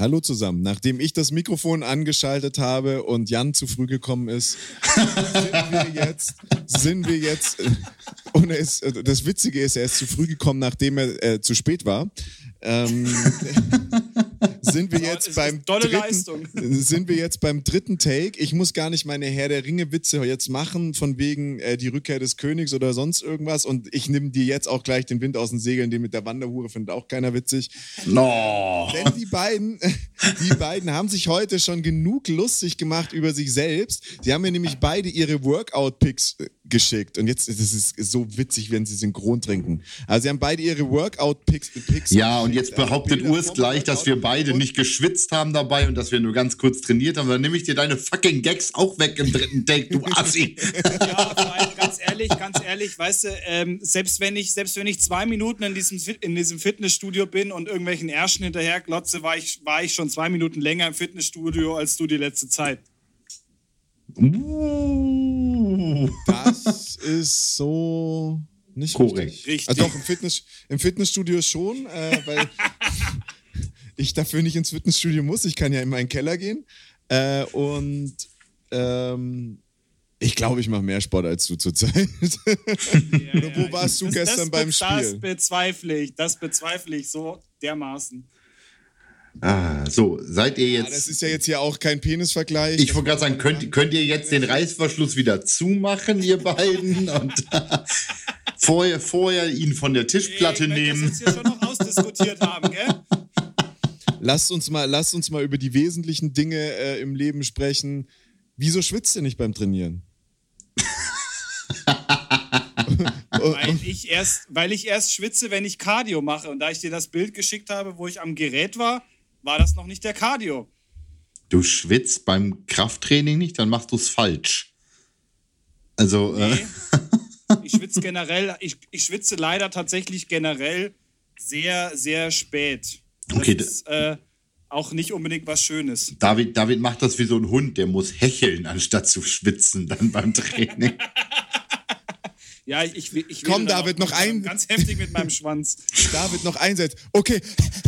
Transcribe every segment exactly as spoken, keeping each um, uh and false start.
Hallo zusammen. Nachdem ich das Mikrofon angeschaltet habe und Jan zu früh gekommen ist, sind wir jetzt, sind wir jetzt, und er ist, das Witzige ist, er ist zu früh gekommen, nachdem er äh, zu spät war. Ähm, sind wir jetzt beim tolle dritten, Leistung. sind wir jetzt beim dritten Take. Ich muss gar nicht meine Herr der Ringe Witze jetzt machen, von wegen äh, die Rückkehr des Königs oder sonst irgendwas. Und ich nehme dir jetzt auch gleich den Wind aus den Segeln, den mit der Wanderhure findet auch keiner witzig. No. Denn die beiden, die beiden haben sich heute schon genug lustig gemacht über sich selbst. Sie haben mir nämlich beide ihre Workout-Picks geschickt. Und jetzt, das ist so witzig, wenn sie synchron trinken. Also sie haben beide ihre Workout-Picks. Picks Ja, und jetzt behauptet Urs gleich, dass wir beide nicht geschwitzt haben dabei und dass wir nur ganz kurz trainiert haben. Dann nehme ich dir deine fucking Gags auch weg im dritten Take, du Assi. Ja, vor allem ganz ehrlich, ganz ehrlich, weißt du, ähm, selbst wenn ich, selbst wenn ich zwei Minuten in diesem, in diesem Fitnessstudio bin und irgendwelchen Ärschen hinterher glotze, war ich, war ich schon zwei Minuten länger im Fitnessstudio als du die letzte Zeit. Uh. Das ist so nicht korrekt. Richtig. Richtig. Also doch, im, Fitness, im Fitnessstudio schon, äh, weil ich dafür nicht ins Fitnessstudio muss. Ich kann ja in meinen Keller gehen. Äh, und ähm, ich glaube, ich mache mehr Sport als du zurzeit. Ja, ja, Wo warst du das, gestern das, beim das Spiel? Das bezweifle ich, das bezweifle ich so dermaßen. Ah, so, seid ihr jetzt... Ja, das ist ja jetzt hier auch kein Penisvergleich. Ich wollte gerade sagen, könnt, könnt ihr jetzt den Reißverschluss wieder zumachen, ihr beiden? Und vorher, vorher ihn von der Tischplatte ich nehmen. Das jetzt hier schon noch ausdiskutiert haben, gell? Lasst uns mal, lasst uns mal über die wesentlichen Dinge äh, im Leben sprechen. Wieso schwitzt ihr nicht beim Trainieren? Weil ich, erst, weil ich erst schwitze, wenn ich Cardio mache. Und da ich dir das Bild geschickt habe, wo ich am Gerät war, war das noch nicht der Cardio. Du schwitzt beim Krafttraining nicht, dann machst du es falsch. Also, Nee. äh, Ich schwitze generell, ich, ich schwitze leider tatsächlich generell sehr, sehr spät. Das Okay, ist äh, auch nicht unbedingt was Schönes. David, David macht das wie so ein Hund, der muss hecheln, anstatt zu schwitzen dann beim Training. Ja, ich, ich, ich Komm, dann David, auch noch ein- ganz heftig mit meinem Schwanz. David noch einsetzt. Okay.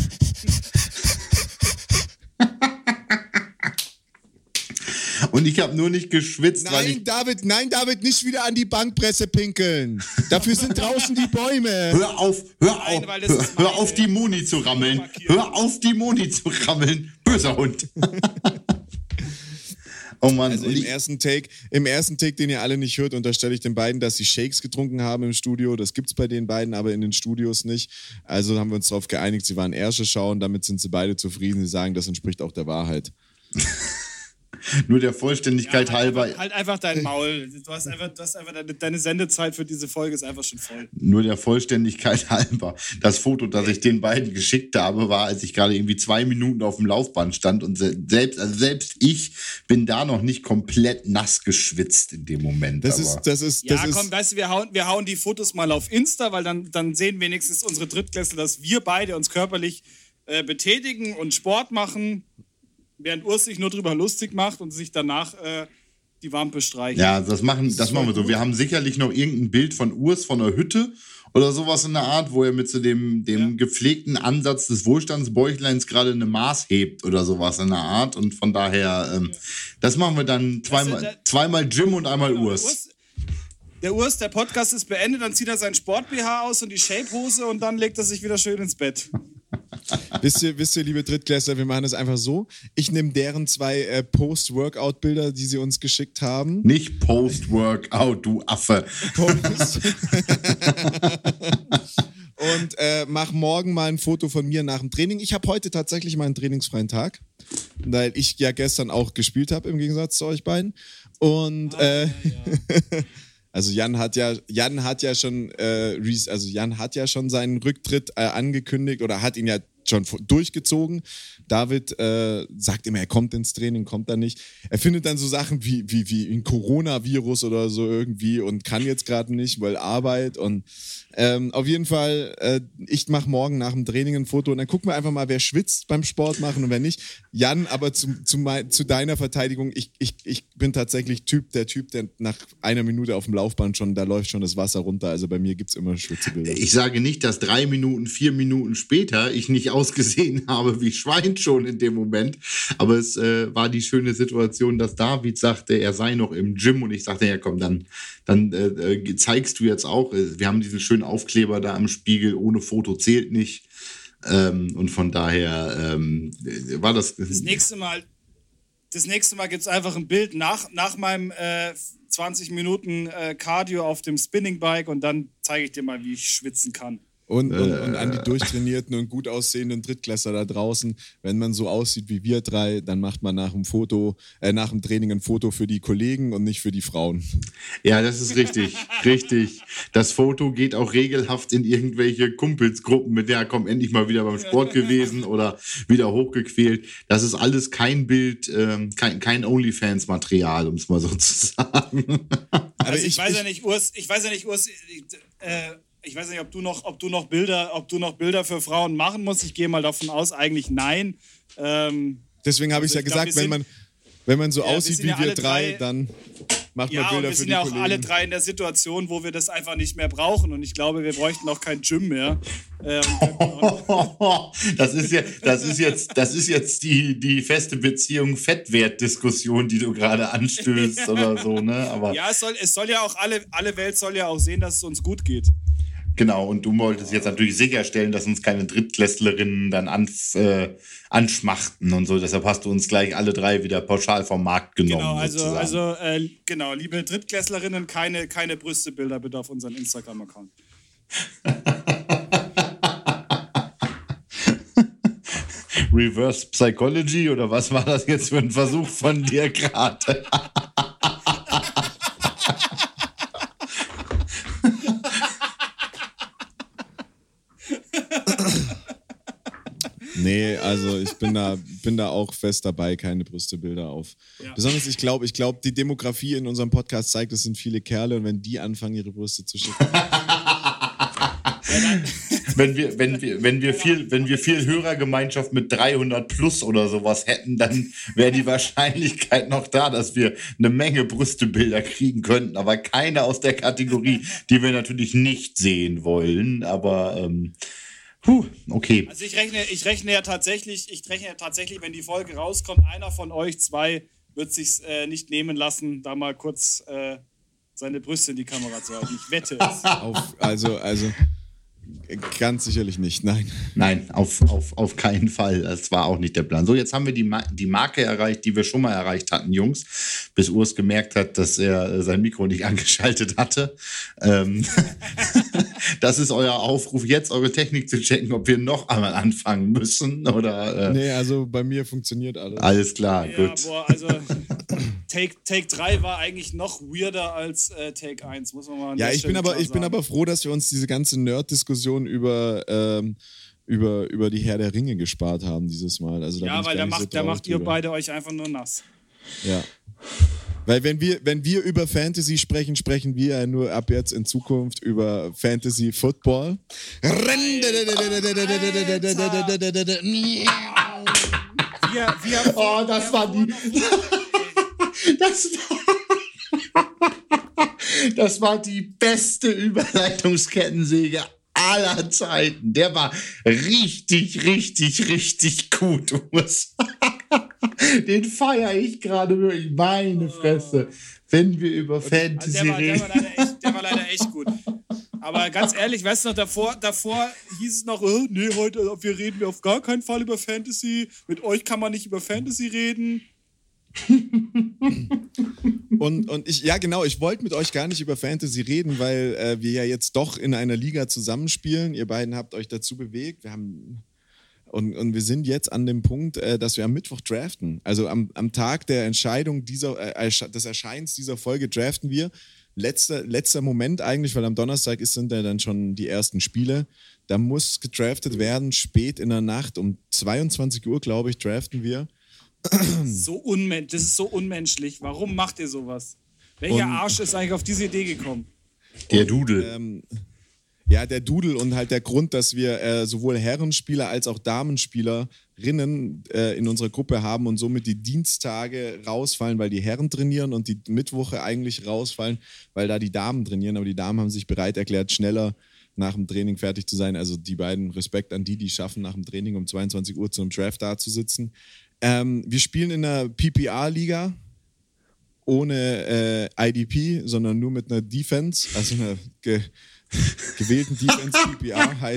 Und ich habe nur nicht geschwitzt, weil Nein, ich... David, nein, David, nicht wieder an die Bankpresse pinkeln. Dafür sind draußen die Bäume. Hör auf, hör Nein, auf, weil das hör, ist hör meine- auf die Moni zu rammeln. Hör auf die Moni zu rammeln. Böser Hund. Oh Mann. Also und im ich, ersten Take, im ersten Take, den ihr alle nicht hört, unterstelle ich den beiden, dass sie Shakes getrunken haben im Studio. Das gibt's bei den beiden, aber in den Studios nicht. Also haben wir uns darauf geeinigt, sie waren Ärsche schauen, damit sind sie beide zufrieden. Sie sagen, das entspricht auch der Wahrheit. nur der Vollständigkeit halt, halber... einfach, halt einfach dein Maul. Du hast einfach, du hast einfach deine, deine Sendezeit für diese Folge ist einfach schon voll. Nur der Vollständigkeit halber. Das Foto, das ich den beiden geschickt habe, war, als ich gerade irgendwie zwei Minuten auf dem Laufband stand und se- selbst, also selbst ich bin da noch nicht komplett nass geschwitzt in dem Moment. Das aber ist, das ist, Ja, das ist. komm, weißt du, wir hauen, wir hauen die Fotos mal auf Insta, weil dann, dann sehen wenigstens unsere Drittklässler, dass wir beide uns körperlich äh, betätigen und Sport machen, während Urs sich nur drüber lustig macht und sich danach äh, die Wampe streicht. ja, das machen, das machen wir so. Wir haben sicherlich noch irgendein Bild von Urs von der Hütte oder sowas in der Art, wo er mit so dem, dem Ja. gepflegten Ansatz des Wohlstandsbäuchleins gerade eine Maß hebt oder sowas in der Art. Und von daher, ähm, das machen wir dann zweimal, da- zweimal Jim und einmal Genau, Urs. Der Urs, der Urs, der Podcast ist beendet, dann zieht er seinen Sport-B H aus und die Shape-Hose und dann legt er sich wieder schön ins Bett. Wisst ihr, wisst ihr, liebe Drittklässler, wir machen das einfach so. Ich nehme deren zwei äh, Post-Workout-Bilder, die sie uns geschickt haben. Nicht Post-Workout, du Affe. Post. Und äh, mach morgen mal ein Foto von mir nach dem Training. Ich habe heute tatsächlich mal einen trainingsfreien Tag, weil ich ja gestern auch gespielt habe, im Gegensatz zu euch beiden. Und Ah, äh, ja, ja. also Jan hat ja, Jan hat ja schon, äh, Reese- also Jan hat ja schon seinen Rücktritt äh, angekündigt oder hat ihn ja schon vo- durchgezogen. David äh, sagt immer, er kommt ins Training, kommt da nicht. Er findet dann so Sachen wie, wie, wie ein Coronavirus oder so irgendwie und kann jetzt gerade nicht, weil Arbeit und ähm, auf jeden Fall, äh, ich mache morgen nach dem Training ein Foto und dann gucken wir einfach mal, wer schwitzt beim Sport machen und wer nicht. Jan, aber zu, zu, mein, zu deiner Verteidigung, ich, ich, ich bin tatsächlich Typ, der Typ, der nach einer Minute auf dem Laufband schon, da läuft schon das Wasser runter. Also bei mir gibt's immer Schwitzebilder. Ich sage nicht, dass drei Minuten, vier Minuten später ich nicht ausgesehen habe wie Schwein schon in dem Moment. Aber es äh, war die schöne Situation, dass David sagte, er sei noch im Gym und ich sagte, ja komm, dann, dann äh, zeigst du jetzt auch. Wir haben diesen schönen Aufkleber da am Spiegel, ohne Foto zählt nicht. Ähm, und von daher ähm, war das... Das nächste Mal, das nächste Mal gibt es einfach ein Bild nach, nach meinem äh, zwanzig Minuten äh, Cardio auf dem Spinningbike und dann zeige ich dir mal, wie ich schwitzen kann. Und, und, und an die durchtrainierten und gut aussehenden Drittklässler da draußen, wenn man so aussieht wie wir drei, dann macht man nach dem Foto, äh, nach dem Training ein Foto für die Kollegen und nicht für die Frauen. Ja, das ist richtig, richtig. Das Foto geht auch regelhaft in irgendwelche Kumpelsgruppen mit der, komm, endlich mal wieder beim Sport gewesen oder wieder hochgequält. Das ist alles kein Bild, ähm, kein, kein OnlyFans-Material, um es mal so zu sagen. Also ich, ich weiß ja nicht, Urs, ich weiß ja nicht, Urs, äh, ich weiß nicht, ob du noch, ob du noch Bilder, ob du noch Bilder für Frauen machen musst. Ich gehe mal davon aus, eigentlich nein. Ähm, Deswegen habe ich also ja ich glaub, gesagt, wenn man, wenn man so ja, aussieht wir wie ja wir alle drei, drei, dann macht ja, man Bilder und wir für sind die ja auch Kollegen. alle drei in der Situation, wo wir das einfach nicht mehr brauchen. Und ich glaube, wir bräuchten auch kein Gym mehr. Ähm, das ist ja, das ist jetzt, das ist jetzt die, die feste Beziehung Fettwert-Diskussion, die du gerade anstößt oder so, ne? Aber ja, es soll, es soll ja auch alle, alle Welt soll ja auch sehen, dass es uns gut geht. genau, und du wolltest jetzt natürlich sicherstellen, dass uns keine Drittklässlerinnen dann anf, äh, anschmachten und so. Deshalb hast du uns gleich alle drei wieder pauschal vom Markt genommen. Genau, also, sozusagen. also äh, genau, liebe Drittklässlerinnen, keine, keine Brüstebilder bitte auf unseren Instagram-Account. Reverse Psychology oder was war das jetzt für ein Versuch von dir gerade? Nee, also ich bin da, bin da auch fest dabei, keine Brüstebilder auf. Ja. Besonders, ich glaube, ich glaube, die Demografie in unserem Podcast zeigt, es sind viele Kerle und wenn die anfangen, ihre Brüste zu schicken. wenn wir, wenn wir, wenn wir viel, wenn wir viel Hörergemeinschaft mit dreihundert plus oder sowas hätten, dann wäre die Wahrscheinlichkeit noch da, dass wir eine Menge Brüstebilder kriegen könnten, aber keine aus der Kategorie, die wir natürlich nicht sehen wollen, aber ähm, Puh, okay. Also ich rechne, ich rechne ja tatsächlich, ich rechne ja tatsächlich, wenn die Folge rauskommt, einer von euch zwei wird sich's äh, nicht nehmen lassen, da mal kurz äh, seine Brüste in die Kamera zu halten. Ich wette es. Auf, also, also ganz sicherlich nicht, nein. Nein, auf, auf, auf keinen Fall. Das war auch nicht der Plan. So, jetzt haben wir die, Ma- die Marke erreicht, die wir schon mal erreicht hatten, Jungs, bis Urs gemerkt hat, dass er sein Mikro nicht angeschaltet hatte. Ähm das ist euer Aufruf, jetzt eure Technik zu checken, ob wir noch einmal anfangen müssen, oder? Äh, nee, also bei mir funktioniert alles. Alles klar, ja, gut. Boah, also Take, Take drei war eigentlich noch weirder als äh, Take eins, muss man mal an Ja, der ich Stelle bin aber, klar ich bin sagen. aber froh, dass wir uns diese ganze Nerd-Diskussion über, ähm, über, über die Herr der Ringe gespart haben dieses Mal. Also, da bin Ja, ich weil gar da nicht so macht, da traurig macht ihr drüber. beide euch einfach nur nass. Ja. Weil wenn wir, wenn wir über Fantasy sprechen, sprechen wir ja nur ab jetzt in Zukunft über Fantasy Football. Wir, wir, Oh, das war die. Das war, das war die beste Überleitungskettensäge aller Zeiten. Der war richtig, richtig, richtig gut, Urs. Den feiere ich gerade wirklich. Meine Fresse. Wenn wir über Fantasy also der, war, der, reden. war leider echt, der war leider echt gut. Aber ganz ehrlich, weißt du noch, davor, davor hieß es noch, oh, nee, heute, wir reden auf gar keinen Fall über Fantasy. Mit euch kann man nicht über Fantasy reden. Und, und ich, ja genau, ich wollte mit euch gar nicht über Fantasy reden, weil äh, wir ja jetzt doch in einer Liga zusammenspielen. Ihr beiden habt euch dazu bewegt. Wir haben und, und wir sind jetzt an dem Punkt, äh, dass wir am Mittwoch draften. Also am, am Tag der Entscheidung dieser, äh, des Erscheins dieser Folge draften wir. Letzter, letzter Moment eigentlich, weil am Donnerstag ist, sind ja dann schon die ersten Spiele. Da muss gedraftet werden, spät in der Nacht, um zweiundzwanzig Uhr, glaube ich, draften wir. So unmen- das ist so unmenschlich. Warum macht ihr sowas? Welcher Und- Arsch ist eigentlich auf diese Idee gekommen? Der Dudel. Ähm, ja, der Dudel und halt der Grund, dass wir äh, sowohl Herrenspieler als auch Damenspielerinnen äh, in unserer Gruppe haben und somit die Dienstage rausfallen, weil die Herren trainieren und die Mittwoche eigentlich rausfallen, weil da die Damen trainieren. Aber die Damen haben sich bereit erklärt, schneller nach dem Training fertig zu sein. Also die beiden, Respekt an die, die schaffen, nach dem Training um zweiundzwanzig Uhr zu einem Draft da zu sitzen. Ähm, wir spielen in einer P P R-Liga ohne äh, I D P, sondern nur mit einer Defense, also einer ge- gewählten Defense. P P R heißt...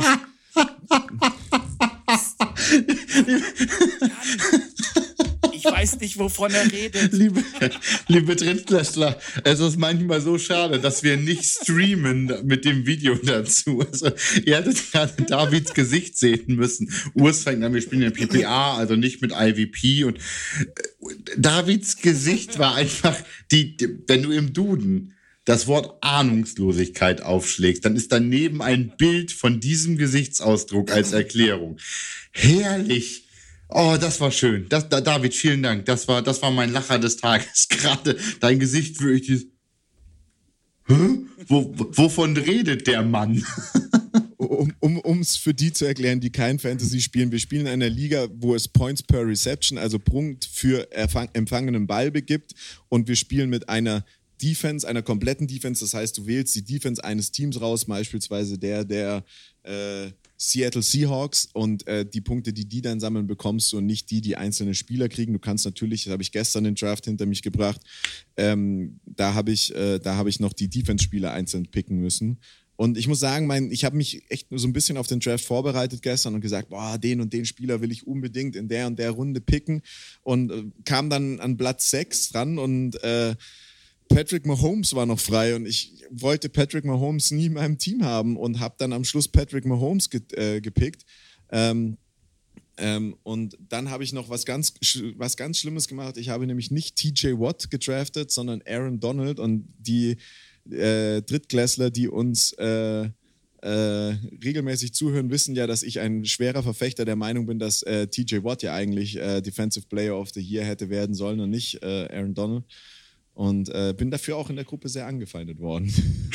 Ich weiß nicht, wovon er redet. Liebe, liebe Drittklässler, es ist manchmal so schade, dass wir nicht streamen mit dem Video dazu. Also, ihr hättet gerade Davids Gesicht sehen müssen. Urs fängt an, wir spielen in P P R, also nicht mit I V P. Und Davids Gesicht war einfach, die, die, wenn du im Duden das Wort Ahnungslosigkeit aufschlägst, dann ist daneben ein Bild von diesem Gesichtsausdruck als Erklärung. Herrlich. Oh, das war schön. Das, da, David, vielen Dank. Das war, das war mein Lacher des Tages. Gerade dein Gesicht wirklich dieses. Hä? Wo, wovon redet der Mann? Um um um's für die zu erklären, die kein Fantasy spielen, wir spielen in einer Liga, wo es Points per Reception, also Punkt für erfang- empfangenen Ball gibt, und wir spielen mit einer Defense, einer kompletten Defense. Das heißt, du wählst die Defense eines Teams raus, beispielsweise der der äh, Seattle Seahawks, und äh, die Punkte, die die dann sammeln, bekommst du, und nicht die, die einzelne Spieler kriegen. Du kannst natürlich, das habe ich gestern den Draft hinter mich gebracht, ähm, da habe ich, äh, da habe ich noch die Defense-Spieler einzeln picken müssen. Und ich muss sagen, mein, ich habe mich echt so ein bisschen auf den Draft vorbereitet gestern und gesagt, boah, den und den Spieler will ich unbedingt in der und der Runde picken, und äh, kam dann an Platz sechs dran, und äh, Patrick Mahomes war noch frei, und ich wollte Patrick Mahomes nie in meinem Team haben und habe dann am Schluss Patrick Mahomes ge- äh, gepickt. Ähm, ähm, und dann habe ich noch was ganz, was ganz Schlimmes gemacht. Ich habe nämlich nicht T J Watt gedraftet, sondern Aaron Donald, und die äh, Drittklässler, die uns äh, äh, regelmäßig zuhören, wissen ja, dass ich ein schwerer Verfechter der Meinung bin, dass äh, T J Watt ja eigentlich äh, Defensive Player of the Year hätte werden sollen und nicht äh, Aaron Donald. Und äh, bin dafür auch in der Gruppe sehr angefeindet worden.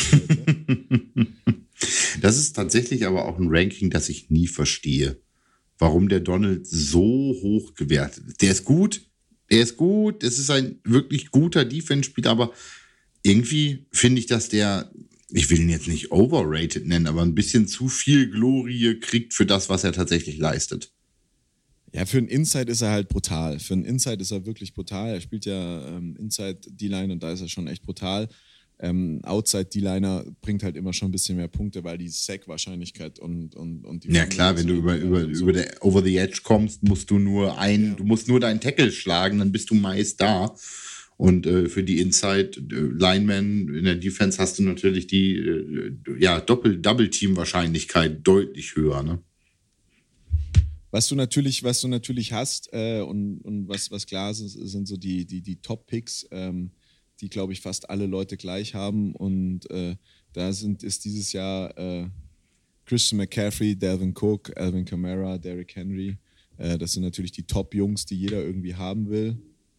Das ist tatsächlich aber auch ein Ranking, das ich nie verstehe. Warum der Donald so hoch gewertet ist. Der ist gut, der ist gut, es ist ein wirklich guter Defense-Spieler, aber irgendwie finde ich, dass der, ich will ihn jetzt nicht overrated nennen, aber ein bisschen zu viel Glorie kriegt für das, was er tatsächlich leistet. Ja, für einen Inside ist er halt brutal. Für einen Inside ist er wirklich brutal. Er spielt ja ähm, Inside-D-Line, und da ist er schon echt brutal. Ähm, Outside-D-Liner bringt halt immer schon ein bisschen mehr Punkte, weil die Sack-Wahrscheinlichkeit und, und, und die... Ja klar, wenn du über, über, so. über der Over the Edge kommst, musst du nur ein, ja. du musst nur deinen Tackle schlagen, dann bist du meist da. Und äh, für die Inside-Linemen in der Defense hast du natürlich die äh, ja, Doppel-Double-Team-Wahrscheinlichkeit deutlich höher, ne? Was du natürlich, was du natürlich hast, äh, und, und was, was klar ist, sind so die, die, die Top-Picks, ähm, die, glaube ich, fast alle Leute gleich haben. Und äh, da sind, ist dieses Jahr äh, Christian McCaffrey, Dalvin Cook, Alvin Kamara, Derrick Henry. Äh, das sind natürlich die Top-Jungs, die jeder irgendwie haben will.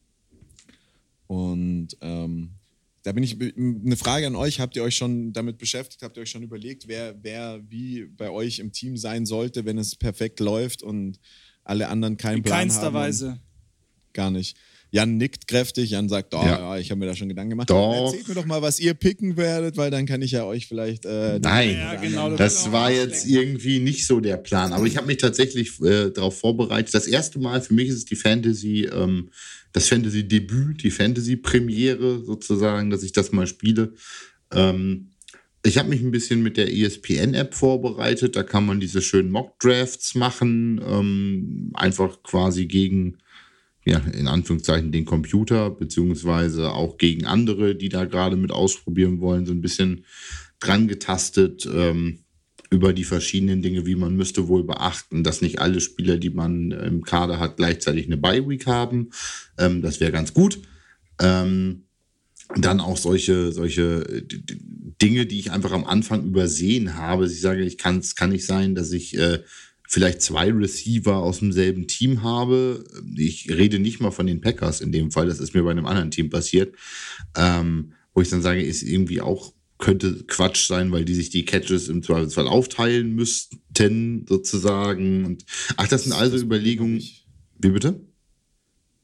Und ähm, da bin ich, eine Frage an euch, habt ihr euch schon damit beschäftigt, habt ihr euch schon überlegt, wer, wer wie bei euch im Team sein sollte, wenn es perfekt läuft und alle anderen keinen In Plan haben? In keinster Weise. Gar nicht. Jan nickt kräftig, Jan sagt, oh, ja. ja, ich habe mir da schon Gedanken gemacht. Doch. Erzählt mir doch mal, was ihr picken werdet, weil dann kann ich ja euch vielleicht... Äh, Nein, ja, genau, das war jetzt irgendwie nicht so der Plan. Aber ich habe mich tatsächlich äh, darauf vorbereitet. Das erste Mal, für mich ist es die Fantasy... Ähm, das Fantasy-Debüt, die Fantasy-Premiere sozusagen, dass ich das mal spiele. Ähm, ich habe mich ein bisschen mit der E S P N-App vorbereitet. Da kann man diese schönen Mock-Drafts machen, ähm, einfach quasi gegen, ja, in Anführungszeichen den Computer, beziehungsweise auch gegen andere, die da gerade mit ausprobieren wollen, so ein bisschen dran getastet, ähm, über die verschiedenen Dinge, wie man müsste wohl beachten, dass nicht alle Spieler, die man im Kader hat, gleichzeitig eine Bye-Week haben. Ähm, das wäre ganz gut. Ähm, dann auch solche, solche Dinge, die ich einfach am Anfang übersehen habe. Ich sage, ich kann, es kann nicht sein, dass ich äh, vielleicht zwei Receiver aus demselben Team habe. Ich rede nicht mal von den Packers in dem Fall. Das ist mir bei einem anderen Team passiert. Ähm, wo ich dann sage, ist irgendwie auch könnte Quatsch sein, weil die sich die Catches im Zweifelsfall aufteilen müssten, sozusagen. Und ach, das sind also das Überlegungen. Wie bitte?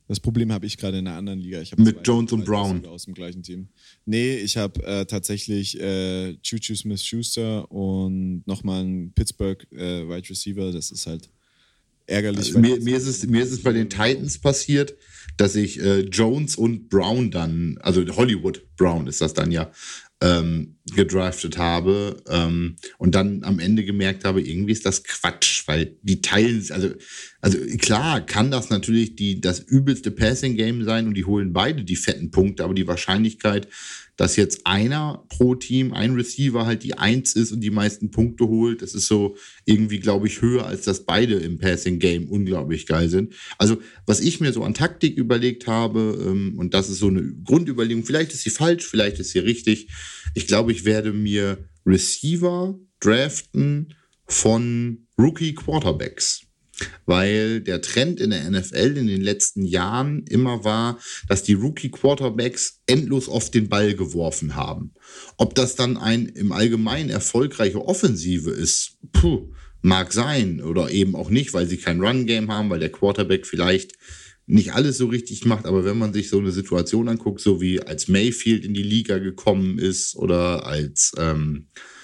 Das Problem habe ich gerade in einer anderen Liga. Ich Mit Jones und Brown. Aus dem gleichen Team. Nee, ich habe äh, tatsächlich äh, Juju Smith-Schuster und nochmal einen Pittsburgh äh, Wide Receiver. Das ist halt ärgerlich. Also mir, mir, ist es, mir ist es bei den Titans passiert, dass ich äh, Jones und Brown dann, also Hollywood Brown ist das dann ja, ähm, gedraftet habe ähm, und dann am Ende gemerkt habe, irgendwie ist das Quatsch, weil die teilen, also, also klar kann das natürlich die, das übelste Passing-Game sein und die holen beide die fetten Punkte, aber die Wahrscheinlichkeit, dass jetzt einer pro Team, ein Receiver halt die Eins ist und die meisten Punkte holt, das ist so irgendwie, glaube ich, höher, als dass beide im Passing-Game unglaublich geil sind. Also, was ich mir so an Taktik überlegt habe, ähm, und das ist so eine Grundüberlegung, vielleicht ist sie falsch, vielleicht ist sie richtig. Ich glaube, ich werde mir Receiver draften von Rookie-Quarterbacks. Weil der Trend in der N F L in den letzten Jahren immer war, dass die Rookie-Quarterbacks endlos oft den Ball geworfen haben. Ob das dann ein im Allgemeinen erfolgreiche Offensive ist, puh, mag sein oder eben auch nicht, weil sie kein Run-Game haben, weil der Quarterback vielleicht nicht alles so richtig macht, aber wenn man sich so eine Situation anguckt, so wie als Mayfield in die Liga gekommen ist oder als ähm,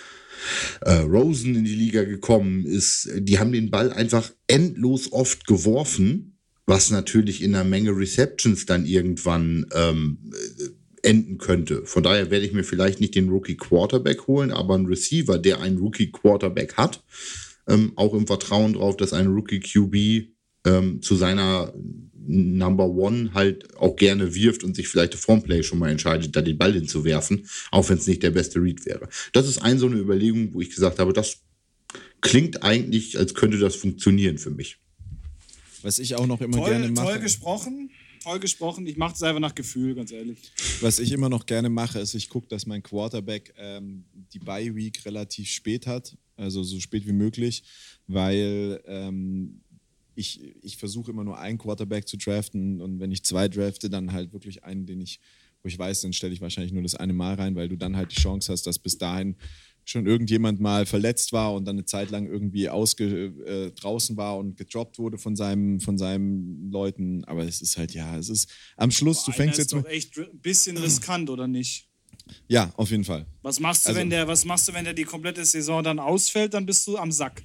Äh, Rosen in die Liga gekommen ist, die haben den Ball einfach endlos oft geworfen, was natürlich in einer Menge Receptions dann irgendwann ähm, enden könnte. Von daher werde ich mir vielleicht nicht den Rookie-Quarterback holen, aber einen Receiver, der einen Rookie-Quarterback hat, ähm, auch im Vertrauen drauf, dass ein Rookie-Q B ähm, zu seiner Number One halt auch gerne wirft und sich vielleicht der Formplay schon mal entscheidet, da den Ball hinzuwerfen, auch wenn es nicht der beste Read wäre. Das ist ein so eine Überlegung, wo ich gesagt habe, das klingt eigentlich, als könnte das funktionieren für mich. Was ich auch noch immer toll, gerne mache. Toll gesprochen, toll gesprochen. Ich mache es einfach nach Gefühl, ganz ehrlich. Was ich immer noch gerne mache, ist, ich gucke, dass mein Quarterback ähm, die Bye-Week relativ spät hat, also so spät wie möglich, weil ähm, ich, ich versuche immer nur einen Quarterback zu draften und wenn ich zwei drafte, dann halt wirklich einen, den ich, wo ich weiß, dann stelle ich wahrscheinlich nur das eine Mal rein, weil du dann halt die Chance hast, dass bis dahin schon irgendjemand mal verletzt war und dann eine Zeit lang irgendwie ausge, äh, draußen war und gedroppt wurde von seinem, von seinen Leuten. Aber es ist halt, ja, es ist am Schluss, Boah, du fängst ist jetzt doch mit... echt ein bisschen riskant, oder nicht? Ja, auf jeden Fall. Was machst du, Also, wenn der, was machst du, wenn der die komplette Saison dann ausfällt? Dann bist du am Sack.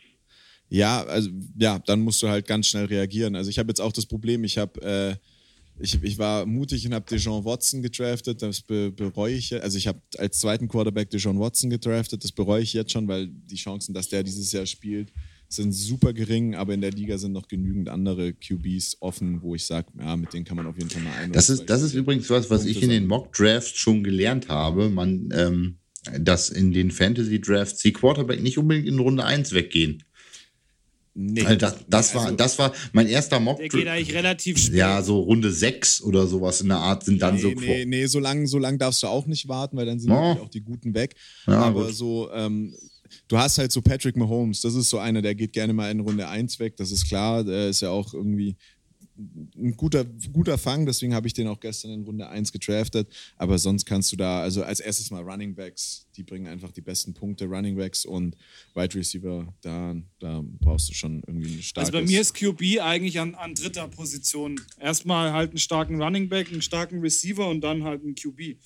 Ja, also ja, dann musst du halt ganz schnell reagieren. Also ich habe jetzt auch das Problem, ich habe äh, ich, ich war mutig und habe Deshaun Watson gedraftet, das be- bereue ich ja. Also ich habe als zweiten Quarterback Deshaun Watson gedraftet, das bereue ich jetzt schon, weil die Chancen, dass der dieses Jahr spielt, sind super gering, aber in der Liga sind noch genügend andere Q Bs offen, wo ich sage, ja, mit denen kann man auf jeden Fall mal ein. Das ist, das ist übrigens was, was ich in den Mock-Drafts schon gelernt habe, man, ähm, dass in den Fantasy-Drafts die Quarterback nicht unbedingt in Runde eins weggehen. Nee, also das, das, war, also, das war mein erster Mock. Der geht eigentlich relativ spät. Ja, so Runde sechs oder sowas in der Art sind dann nee, so. Nee, nee, so lange so lang darfst du auch nicht warten, weil dann sind oh. auch die Guten weg. Ja, aber gut. so, ähm, du hast halt so Patrick Mahomes, das ist so einer, der geht gerne mal in Runde eins weg, das ist klar, der ist ja auch irgendwie ein guter, guter Fang, deswegen habe ich den auch gestern in Runde eins gedraftet, aber sonst kannst du da, also als erstes mal Running Backs, die bringen einfach die besten Punkte, Running Backs und Wide Receiver, da, da brauchst du schon irgendwie ein starkes... Also bei mir ist Q B eigentlich an, an dritter Position. Erstmal halt einen starken Running Back, einen starken Receiver und dann halt einen Q B.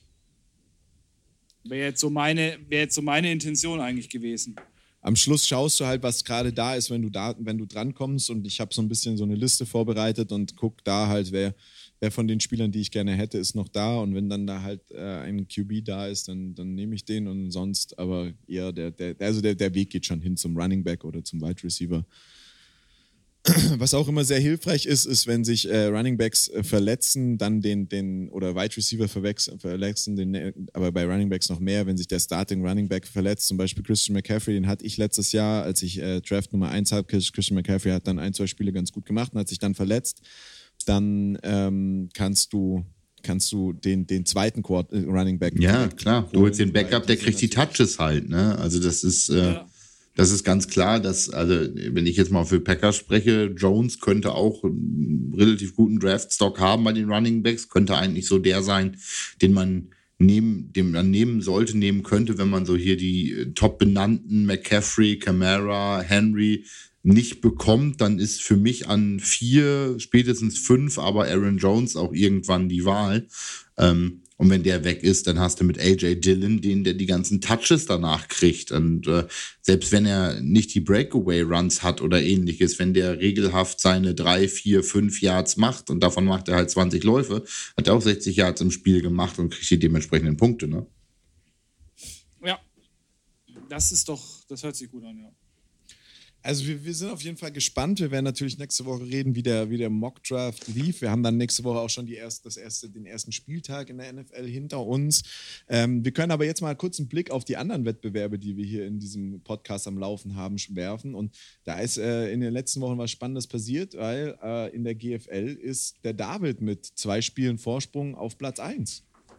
Wäre jetzt so meine, wäre jetzt so meine Intention eigentlich gewesen. Am Schluss schaust du halt, was gerade da ist, wenn du da, wenn du drankommst, und ich habe so ein bisschen so eine Liste vorbereitet und guck da halt, wer, wer von den Spielern, die ich gerne hätte, ist noch da, und wenn dann da halt äh, ein Q B da ist, dann, dann nehme ich den, und sonst aber eher der, der, also der, der Weg geht schon hin zum Running Back oder zum Wide Receiver. Was auch immer sehr hilfreich ist, ist, wenn sich äh, Running Backs äh, verletzen, dann den, den oder Wide Receiver verletzen, den, aber bei Running Backs noch mehr, wenn sich der Starting Running Back verletzt, zum Beispiel Christian McCaffrey, den hatte ich letztes Jahr, als ich äh, Draft Nummer eins habe. Christian McCaffrey hat dann ein, zwei Spiele ganz gut gemacht und hat sich dann verletzt. Dann ähm, kannst du kannst du den, den zweiten Quart- äh, Running Back Ja, klar, du holst den Backup, der kriegt die Touches halt, ne? Also das ist... Äh ja. Das ist ganz klar, dass, also wenn ich jetzt mal für Packers spreche, Jones könnte auch einen relativ guten Draftstock haben bei den Running Backs, könnte eigentlich so der sein, den man nehmen, dem man nehmen sollte, nehmen könnte, wenn man so hier die äh, top benannten McCaffrey, Kamara, Henry nicht bekommt, dann ist für mich an vier, spätestens fünf, aber Aaron Jones auch irgendwann die Wahl. Ähm, und wenn der weg ist, dann hast du mit A J Dillon den, der die ganzen Touches danach kriegt. Und äh, selbst wenn er nicht die Breakaway-Runs hat oder ähnliches, wenn der regelhaft seine drei, vier, fünf Yards macht und davon macht er halt zwanzig Läufe, hat er auch sechzig Yards im Spiel gemacht und kriegt die dementsprechenden Punkte, ne? Ja, das ist doch, das hört sich gut an, ja. Also wir, wir sind auf jeden Fall gespannt. Wir werden natürlich nächste Woche reden, wie der, wie der Mock-Draft lief. Wir haben dann nächste Woche auch schon die erste, das erste, den ersten Spieltag in der N F L hinter uns. Ähm, wir können aber jetzt mal kurz einen Blick auf die anderen Wettbewerbe, die wir hier in diesem Podcast am Laufen haben, werfen. Und da ist äh, in den letzten Wochen was Spannendes passiert, weil äh, in der G F L ist der David mit zwei Spielen Vorsprung auf Platz eins.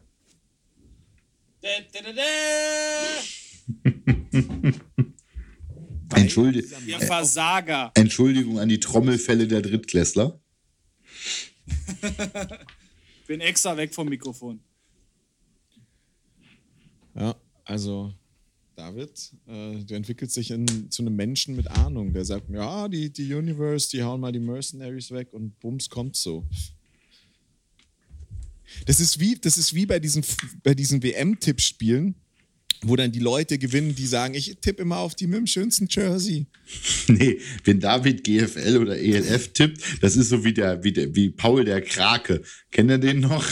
Da, da, da, da. Entschuldigung. Ihr Versager. Entschuldigung an die Trommelfälle der Drittklässler. Bin extra weg vom Mikrofon. Ja, also David, äh, du entwickelst dich in, zu einem Menschen mit Ahnung, der sagt, ja, die, die Universe, die hauen mal die Mercenaries weg und bums, kommt so. Das ist wie, das ist wie bei diesen, bei diesen W M-Tippspielen, wo dann die Leute gewinnen, die sagen, ich tippe immer auf die mit dem schönsten Jersey. Nee, wenn David G F L oder E L F tippt, das ist so wie der, wie der, wie Paul der Krake. Kennt ihr den noch?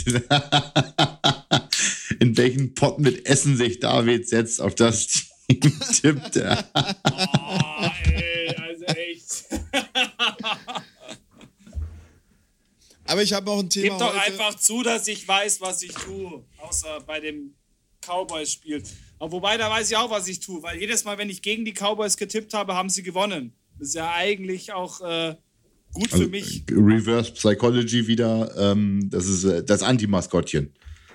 In welchen Pot mit Essen sich David setzt, auf das Team tippt er. Oh, ey, also echt. Aber ich habe auch ein Thema. Gib doch heute. einfach zu, dass ich weiß, was ich tue. Außer bei dem Cowboys spielt. Aber wobei, da weiß ich auch, was ich tue, weil jedes Mal, wenn ich gegen die Cowboys getippt habe, haben sie gewonnen. Das ist ja eigentlich auch äh, gut Also, für mich. Reverse Psychology wieder, ähm, das ist äh, das Anti-Maskottchen.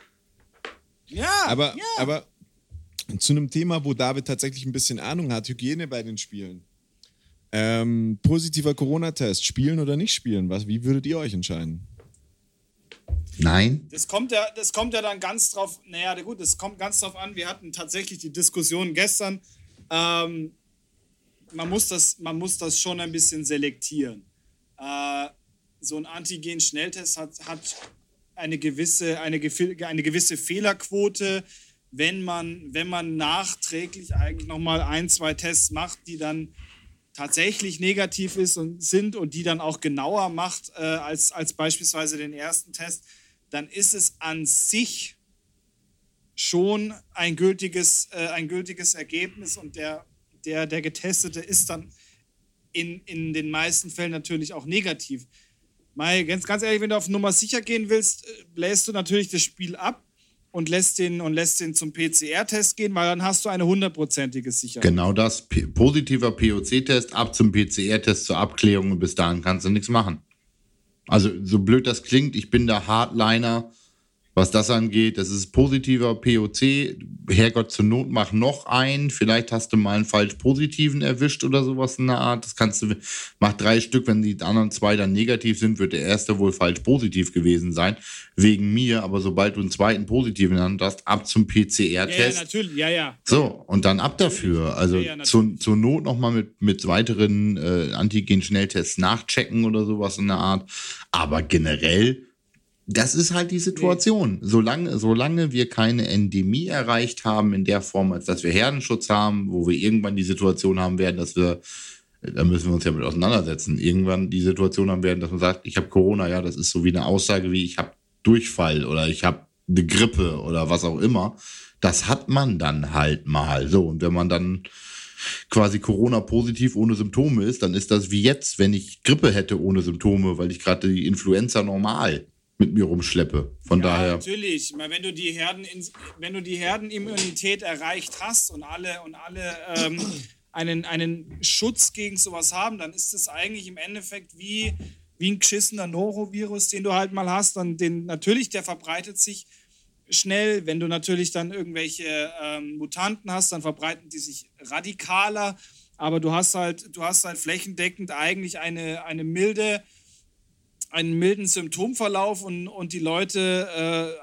Ja, Aber, ja. aber zu einem Thema, wo David tatsächlich ein bisschen Ahnung hat, Hygiene bei den Spielen. Ähm, positiver Corona-Test, spielen oder nicht spielen? Was, wie würdet ihr euch entscheiden? Nein. Das kommt ja, das kommt ja dann ganz drauf, naja, gut, das kommt ganz drauf an, wir hatten tatsächlich die Diskussion gestern, ähm, man, muss das, man muss das schon ein bisschen selektieren. Äh, so ein Antigen-Schnelltest hat, hat eine, gewisse, eine, eine gewisse Fehlerquote, wenn man, wenn man nachträglich eigentlich nochmal ein, zwei Tests macht, die dann tatsächlich negativ ist und sind und die dann auch genauer macht äh, als, als beispielsweise den ersten Test, dann ist es an sich schon ein gültiges, äh, ein gültiges Ergebnis und der, der, der Getestete ist dann in, in den meisten Fällen natürlich auch negativ. Mal ganz, ganz ehrlich, wenn du auf Nummer sicher gehen willst, bläst du natürlich das Spiel ab und lässt den, und lässt den zum P C R-Test gehen, weil dann hast du eine hundertprozentige Sicherheit. Genau das. P- positiver P O C-Test, ab zum P C R-Test zur Abklärung und bis dahin kannst du nichts machen. Also so blöd das klingt, ich bin der Hardliner, was das angeht. Das ist positiver P O C. Herrgott, zur Not mach noch einen. Vielleicht hast du mal einen falsch positiven erwischt oder sowas in der Art. Das kannst du, mach drei Stück. Wenn die anderen zwei dann negativ sind, wird der erste wohl falsch positiv gewesen sein. Wegen mir. Aber sobald du einen zweiten positiven hast, ab zum P C R-Test. Ja, ja, natürlich. Ja, ja. So, und dann ab dafür. Also Ja, ja, zur, zur Not nochmal mit, mit weiteren äh, Antigen-Schnelltests nachchecken oder sowas in der Art. Aber generell, das ist halt die Situation. Solange, solange wir keine Endemie erreicht haben in der Form, als dass wir Herdenschutz haben, wo wir irgendwann die Situation haben werden, dass wir, da müssen wir uns ja mit auseinandersetzen, irgendwann die Situation haben werden, dass man sagt, ich habe Corona, ja, das ist so wie eine Aussage wie, ich habe Durchfall oder ich habe eine Grippe oder was auch immer. Das hat man dann halt mal. So, und wenn man dann quasi Corona-positiv ohne Symptome ist, dann ist das wie jetzt, wenn ich Grippe hätte ohne Symptome, weil ich gerade die Influenza normal mit mir rumschleppe. Von ja, daher. Natürlich. Ich meine, wenn du die Herden, wenn du die Herdenimmunität erreicht hast und alle und alle ähm, einen, einen Schutz gegen sowas haben, dann ist es eigentlich im Endeffekt wie, wie ein geschissener Norovirus, den du halt mal hast. Und den natürlich, der verbreitet sich schnell. Wenn du natürlich dann irgendwelche ähm, Mutanten hast, dann verbreiten die sich radikaler. Aber du hast halt, du hast halt flächendeckend eigentlich eine, eine milde einen milden Symptomverlauf und, und die Leute äh,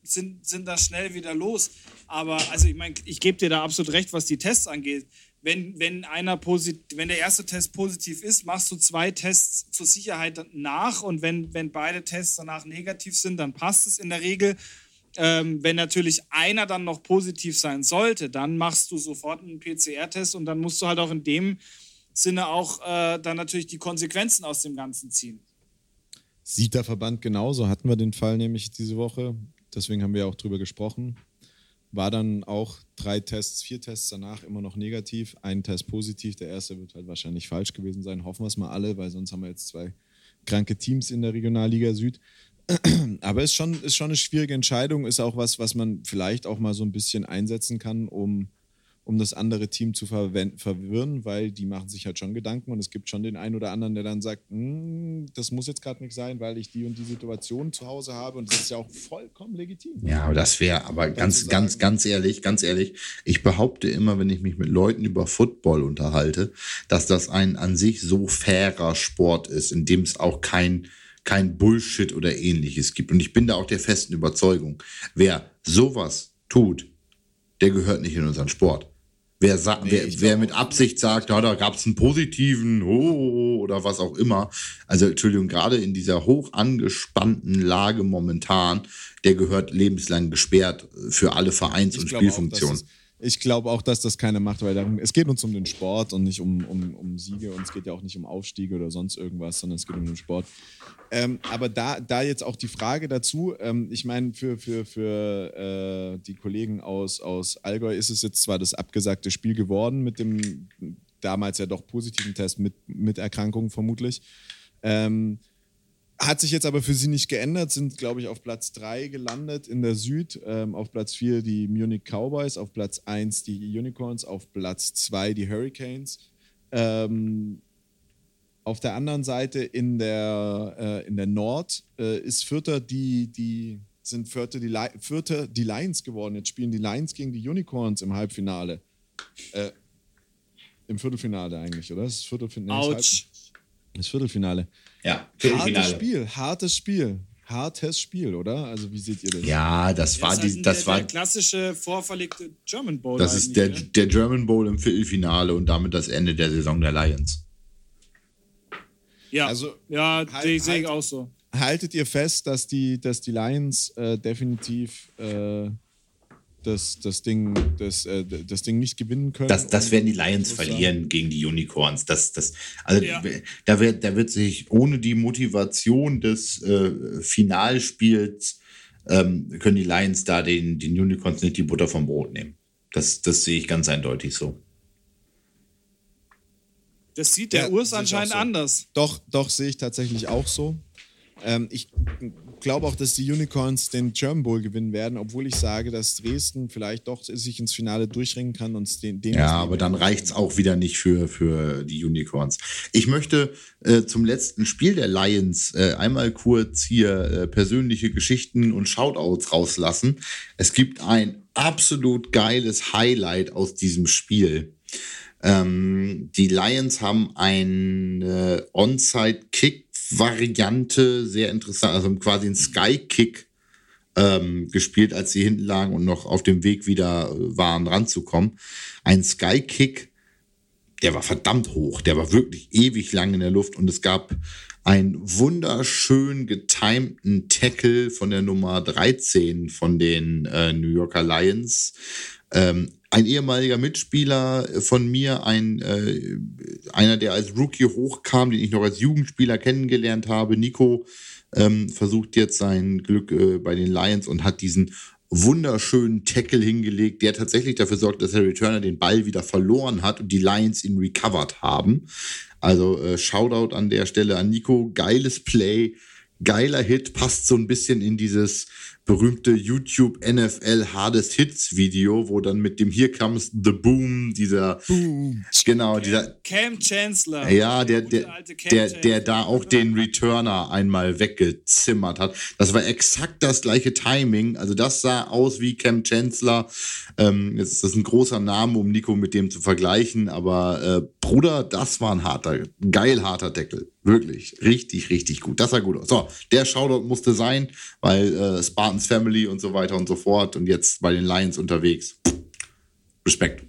sind, sind das schnell wieder los. Aber also ich meine, ich gebe dir da absolut recht, was die Tests angeht. Wenn, wenn, einer posit- wenn der erste Test positiv ist, machst du zwei Tests zur Sicherheit nach und wenn, wenn beide Tests danach negativ sind, dann passt es in der Regel. Ähm, wenn natürlich einer dann noch positiv sein sollte, dann machst du sofort einen P C R-Test und dann musst du halt auch in dem Sinne auch äh, dann natürlich die Konsequenzen aus dem Ganzen ziehen. Sieht der Verband genauso, hatten wir den Fall nämlich diese Woche, deswegen haben wir auch drüber gesprochen. War dann auch drei Tests, vier Tests danach immer noch negativ, ein Test positiv, der erste wird halt wahrscheinlich falsch gewesen sein, hoffen wir es mal alle, weil sonst haben wir jetzt zwei kranke Teams in der Regionalliga Süd. Aber es ist schon, ist schon eine schwierige Entscheidung, ist auch was, was man vielleicht auch mal so ein bisschen einsetzen kann, um, um das andere Team zu verw- verwirren, weil die machen sich halt schon Gedanken und es gibt schon den einen oder anderen, der dann sagt, das muss jetzt gerade nicht sein, weil ich die und die Situation zu Hause habe und das ist ja auch vollkommen legitim. Ja, aber das wäre aber ganz, ganz, ganz ehrlich, ganz ehrlich, ich behaupte immer, wenn ich mich mit Leuten über Football unterhalte, dass das ein an sich so fairer Sport ist, in dem es auch kein kein Bullshit oder ähnliches gibt. Und ich bin da auch der festen Überzeugung, wer sowas tut, der gehört nicht in unseren Sport. Wer, sa- nee, wer, wer mit Absicht sagt, ja, da gab es einen positiven oh, oder was auch immer, also Entschuldigung, gerade in dieser hoch angespannten Lage momentan, der gehört lebenslang gesperrt für alle Vereins- ich und Spielfunktionen. Ich glaube auch, dass das keiner macht, weil darum, es geht uns um den Sport und nicht um, um, um Siege und es geht ja auch nicht um Aufstiege oder sonst irgendwas, sondern es geht um den Sport. Ähm, aber da, da jetzt auch die Frage dazu, ähm, ich meine, für, für, für äh, die Kollegen aus, aus Allgäu ist es jetzt zwar das abgesagte Spiel geworden mit dem damals ja doch positiven Test mit, mit Erkrankungen vermutlich. Ähm, Hat sich jetzt aber für sie nicht geändert, sind, glaube ich, auf Platz drei gelandet in der Süd, ähm, auf Platz vier die Munich Cowboys, auf Platz eins die Unicorns, auf Platz zwei die Hurricanes. Ähm, auf der anderen Seite in der, äh, in der Nord äh, ist Vierter die, die sind Vierter die, Li- Vierter die Lions geworden. Jetzt spielen die Lions gegen die Unicorns im Halbfinale. Äh, Im Viertelfinale eigentlich, oder? Das ist Viertelfinale. Autsch. Das Viertelfinale. Ja, Hartes Spiel, hartes Spiel, hartes Spiel, oder? Also wie seht ihr das? Ja, das war das heißt, die, das der, war der klassische vorverlegte German Bowl. das ist der, ne? der German Bowl im Viertelfinale und damit das Ende der Saison der Lions. Ja, Also, ja, halt- sehe ich halt- auch so. Haltet ihr fest, dass die, dass die Lions äh, definitiv äh, das, das, Ding, das, äh, das Ding nicht gewinnen können? Das, das Und- werden die Lions verlieren gegen die Unicorns. Das, das, also Ja. da, wird, da wird sich ohne die Motivation des äh, Finalspiels ähm, können die Lions da den, den Unicorns nicht die Butter vom Brot nehmen. Das, das sehe ich ganz eindeutig so. Das sieht der Ja, Urs sehe ich anscheinend auch so. anders. Doch, doch, sehe ich tatsächlich auch so. Ähm, ich glaube auch, dass die Unicorns den German Bowl gewinnen werden, obwohl ich sage, dass Dresden vielleicht doch sich ins Finale durchringen kann und den, den Ja, aber dann reicht es auch wieder nicht für, für die Unicorns. Ich möchte äh, zum letzten Spiel der Lions äh, einmal kurz hier äh, persönliche Geschichten und Shoutouts rauslassen. Es gibt ein absolut geiles Highlight aus diesem Spiel. Ähm, die Lions haben eine Onside-Kick-Variante, sehr interessant, also quasi einen Sky-Kick ähm, gespielt, als sie hinten lagen und noch auf dem Weg wieder waren, ranzukommen. Ein Sky-Kick, der war verdammt hoch, der war wirklich ewig lang in der Luft und es gab einen wunderschön getimten Tackle von der Nummer dreizehn von den äh, New Yorker Lions. Ähm, ein ehemaliger Mitspieler von mir, ein äh, einer, der als Rookie hochkam, den ich noch als Jugendspieler kennengelernt habe, Nico, ähm, versucht jetzt sein Glück äh, bei den Lions und hat diesen wunderschönen Tackle hingelegt, der tatsächlich dafür sorgt, dass der Returner den Ball wieder verloren hat und die Lions ihn recovered haben. Also äh, Shoutout an der Stelle an Nico, geiles Play, geiler Hit, passt so ein bisschen in dieses berühmte YouTube N F L Hardest Hits Video, wo dann mit dem Here Comes the Boom, dieser, Boom. genau, dieser, Cam Chancellor. ja, der, Gute der, alte Cam der, Chancellor. der da auch den Returner einmal weggezimmert hat. Das war exakt das gleiche Timing. Also das sah aus wie Cam Chancellor. Ähm, jetzt ist das ein großer Name, um Nico mit dem zu vergleichen, aber äh, Bruder, das war ein harter, geil harter Tackle. Wirklich, richtig, richtig gut. Das sah gut aus. So, der Shoutout musste sein, weil äh, Spartans Family und so weiter und so fort und jetzt bei den Lions unterwegs. Respekt.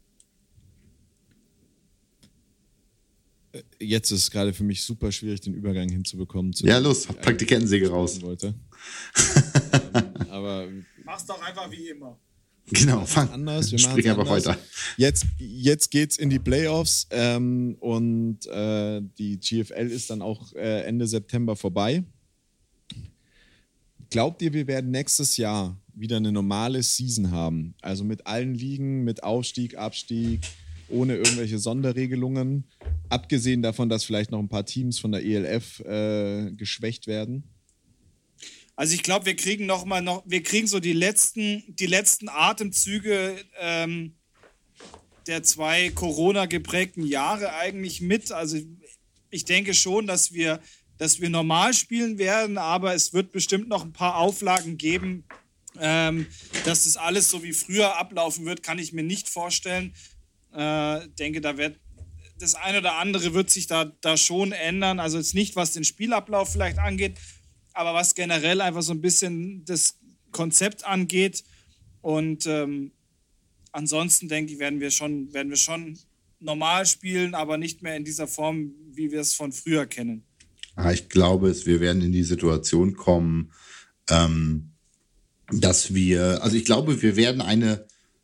Jetzt ist es gerade für mich super schwierig, den Übergang hinzubekommen. Zu Ja, los, pack die Kettensäge raus. Wollte. ähm, aber Mach's doch einfach wie immer. Genau, fang. Anders, wir Spring einfach anders. weiter. Jetzt, jetzt geht's in die Playoffs ähm, und äh, die G F L ist dann auch äh, Ende September vorbei. Glaubt ihr, wir werden nächstes Jahr wieder eine normale Season haben? Also mit allen Ligen, mit Aufstieg, Abstieg, ohne irgendwelche Sonderregelungen? Abgesehen davon, dass vielleicht noch ein paar Teams von der E L F äh, geschwächt werden? Also ich glaube, wir kriegen noch mal noch, wir kriegen so die letzten, die letzten Atemzüge ähm, der zwei Corona-geprägten Jahre eigentlich mit. Also ich denke schon, dass wir, dass wir normal spielen werden, aber es wird bestimmt noch ein paar Auflagen geben, ähm, dass das alles so wie früher ablaufen wird, kann ich mir nicht vorstellen. Ich äh, denke, da wird das eine oder andere wird sich da, da schon ändern. Also jetzt nicht, was den Spielablauf vielleicht angeht, aber was generell einfach so ein bisschen das Konzept angeht. Und ähm, ansonsten, denke ich, werden wir schon, werden wir schon normal spielen, aber nicht mehr in dieser Form, wie wir es von früher kennen. Ich glaube, es, wir werden in die Situation kommen, ähm, dass wir, also ich glaube, wir werden eine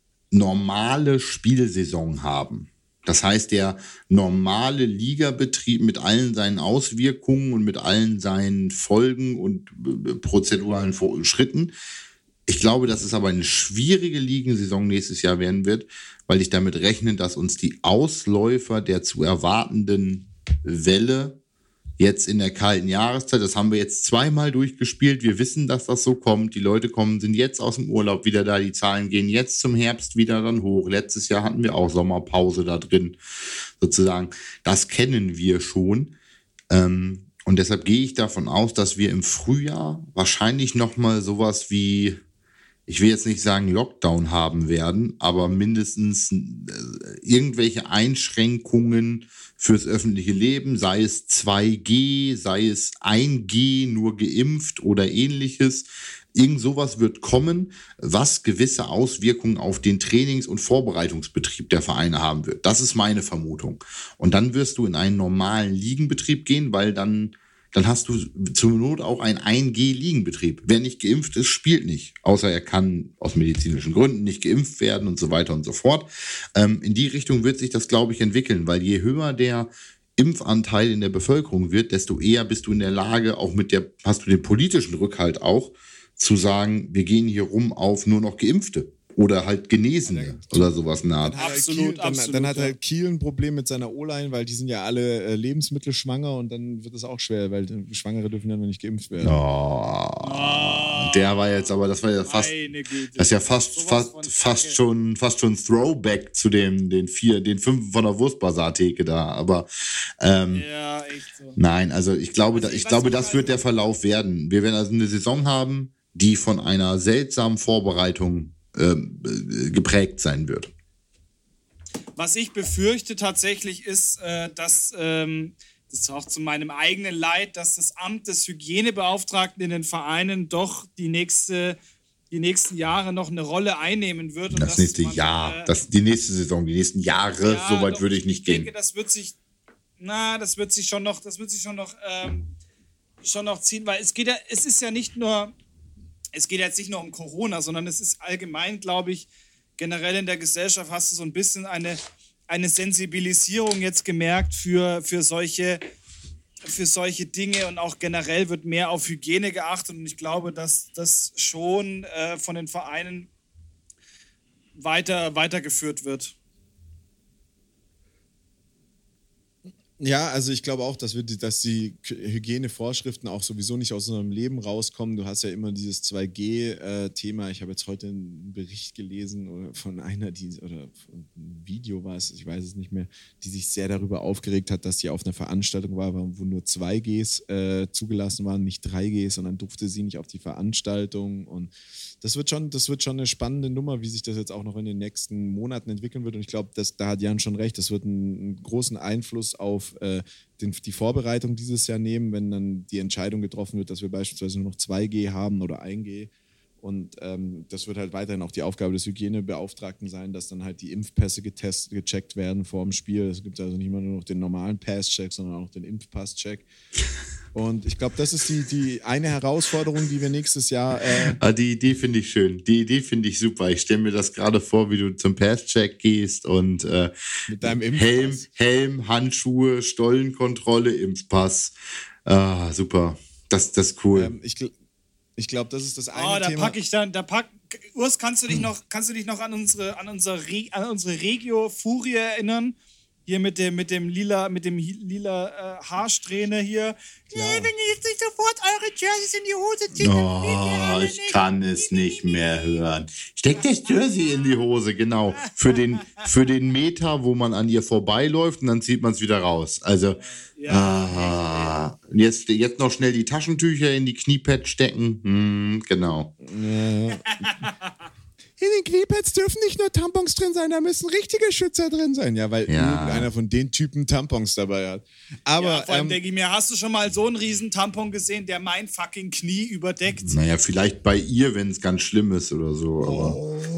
normale Spielsaison haben. Das heißt, der normale Ligabetrieb mit allen seinen Auswirkungen und mit allen seinen Folgen und äh, prozeduralen Schritten. Ich glaube, dass es aber eine schwierige Ligensaison nächstes Jahr werden wird, weil ich damit rechne, dass uns die Ausläufer der zu erwartenden Welle jetzt in der kalten Jahreszeit, das haben wir jetzt zweimal durchgespielt, wir wissen, dass das so kommt, die Leute kommen, sind jetzt aus dem Urlaub wieder da, die Zahlen gehen jetzt zum Herbst wieder dann hoch, letztes Jahr hatten wir auch Sommerpause da drin, sozusagen, das kennen wir schon ähm, und deshalb gehe ich davon aus, dass wir im Frühjahr wahrscheinlich nochmal sowas wie, ich will jetzt nicht sagen Lockdown haben werden, aber mindestens äh, irgendwelche Einschränkungen fürs öffentliche Leben, sei es zwei G, sei es ein G, nur geimpft oder ähnliches. Irgend sowas wird kommen, was gewisse Auswirkungen auf den Trainings- und Vorbereitungsbetrieb der Vereine haben wird. Das ist meine Vermutung. Und dann wirst du in einen normalen Ligenbetrieb gehen, weil dann dann hast du zur Not auch einen ein G Ligenbetrieb. Wer nicht geimpft ist, spielt nicht. Außer er kann aus medizinischen Gründen nicht geimpft werden und so weiter und so fort. Ähm, in die Richtung wird sich das, glaube ich, entwickeln, weil je höher der Impfanteil in der Bevölkerung wird, desto eher bist du in der Lage, auch mit der, hast du den politischen Rückhalt auch, zu sagen, wir gehen hier rum auf nur noch Geimpfte. Oder halt Genesene ja, oder sowas nahe. Dann hat absolut, halt Kiel, dann, absolut. Dann hat ja. halt Kiel ein Problem mit seiner O-Line, weil die sind ja alle äh, lebensmittelschwanger und dann wird es auch schwer, weil Schwangere dürfen ja noch nicht geimpft werden. Oh, oh. Der war jetzt, aber das war ja fast, das ist ja fast, fast, fast schon, fast schon Throwback zu den, den vier, den fünf von der Wurstbasar-Theke da. Aber ähm, ja, echt so. Nein, also ich glaube, also ich, ich glaube, das wird der Verlauf werden. Wir werden also eine Saison haben, die von einer seltsamen Vorbereitung geprägt sein wird. Was ich befürchte tatsächlich ist, äh, dass, ähm, das ist auch zu meinem eigenen Leid, dass das Amt des Hygienebeauftragten in den Vereinen doch die, nächste, die nächsten Jahre noch eine Rolle einnehmen wird. Und das nächste man, Jahr, äh, das, die nächste Saison, die nächsten Jahre, ja, so weit doch, würde ich nicht ich gehen. Ich denke, das wird sich, na, das wird sich schon noch, das wird sich schon noch, ähm, schon noch ziehen, weil es geht ja, es ist ja nicht nur Es geht jetzt nicht nur um Corona, sondern es ist allgemein, glaube ich, generell in der Gesellschaft hast du so ein bisschen eine, eine Sensibilisierung jetzt gemerkt für, für, solche, für solche Dinge und auch generell wird mehr auf Hygiene geachtet und ich glaube, dass das schon äh, von den Vereinen weiter, weitergeführt wird. Ja, also ich glaube auch, dass, wir die, dass die Hygienevorschriften auch sowieso nicht aus unserem Leben rauskommen. Du hast ja immer dieses zwei G Thema. Ich habe jetzt heute einen Bericht gelesen von einer, die, oder ein Video war es, ich weiß es nicht mehr, die sich sehr darüber aufgeregt hat, dass sie auf einer Veranstaltung war, wo nur zwei Gs äh, zugelassen waren, nicht drei Gs, und dann durfte sie nicht auf die Veranstaltung. Und das wird schon, das wird schon eine spannende Nummer, wie sich das jetzt auch noch in den nächsten Monaten entwickeln wird. Und ich glaube, da hat Jan schon recht, das wird einen, einen großen Einfluss auf auf äh, den, die Vorbereitung dieses Jahr nehmen, wenn dann die Entscheidung getroffen wird, dass wir beispielsweise nur noch zwei G haben oder ein G. Und ähm, das wird halt weiterhin auch die Aufgabe des Hygienebeauftragten sein, dass dann halt die Impfpässe getestet, gecheckt werden vor dem Spiel. Es gibt also nicht mehr nur noch den normalen Pass-Check, sondern auch den Impfpass-Check. Und ich glaube, das ist die, die eine Herausforderung, die wir nächstes Jahr... Äh ah, die Idee finde ich schön. Die Idee finde ich super. Ich stelle mir das gerade vor, wie du zum Pass-Check gehst und äh, mit deinem Impfpass. Helm, Helm, Handschuhe, Stollenkontrolle, Impfpass. Ah, super. Das, das ist cool. Ähm, ich Ich glaube, das ist das eine oh, da Thema. packe ich dann, da pack, Urs, kannst du dich noch, kannst du dich noch an unsere, an unsere, Re, an unsere Regio Furie erinnern? Hier mit dem, mit dem lila, mit dem lila äh, Haarsträhne hier. Nee, wenn ihr jetzt nicht sofort eure Jerseys in die Hose zieht, dann spielt ihr Oh, alle ich nicht. kann es nicht mehr hören. Steckt das Jersey in die Hose, genau. Für den, für den Meter, wo man an ihr vorbeiläuft und dann zieht man es wieder raus. Also, Ja, ah, jetzt, jetzt noch schnell die Taschentücher in die Kniepads stecken. Hm, genau. Ja. In den Kniepads dürfen nicht nur Tampons drin sein, da müssen richtige Schützer drin sein. Ja, weil Ja. irgendeiner von den Typen Tampons dabei hat. Aber ja, vor allem ähm, denke ich mir, hast du schon mal so einen riesen Tampon gesehen, der mein fucking Knie überdeckt? Naja, vielleicht bei ihr, wenn es ganz schlimm ist oder so. Aber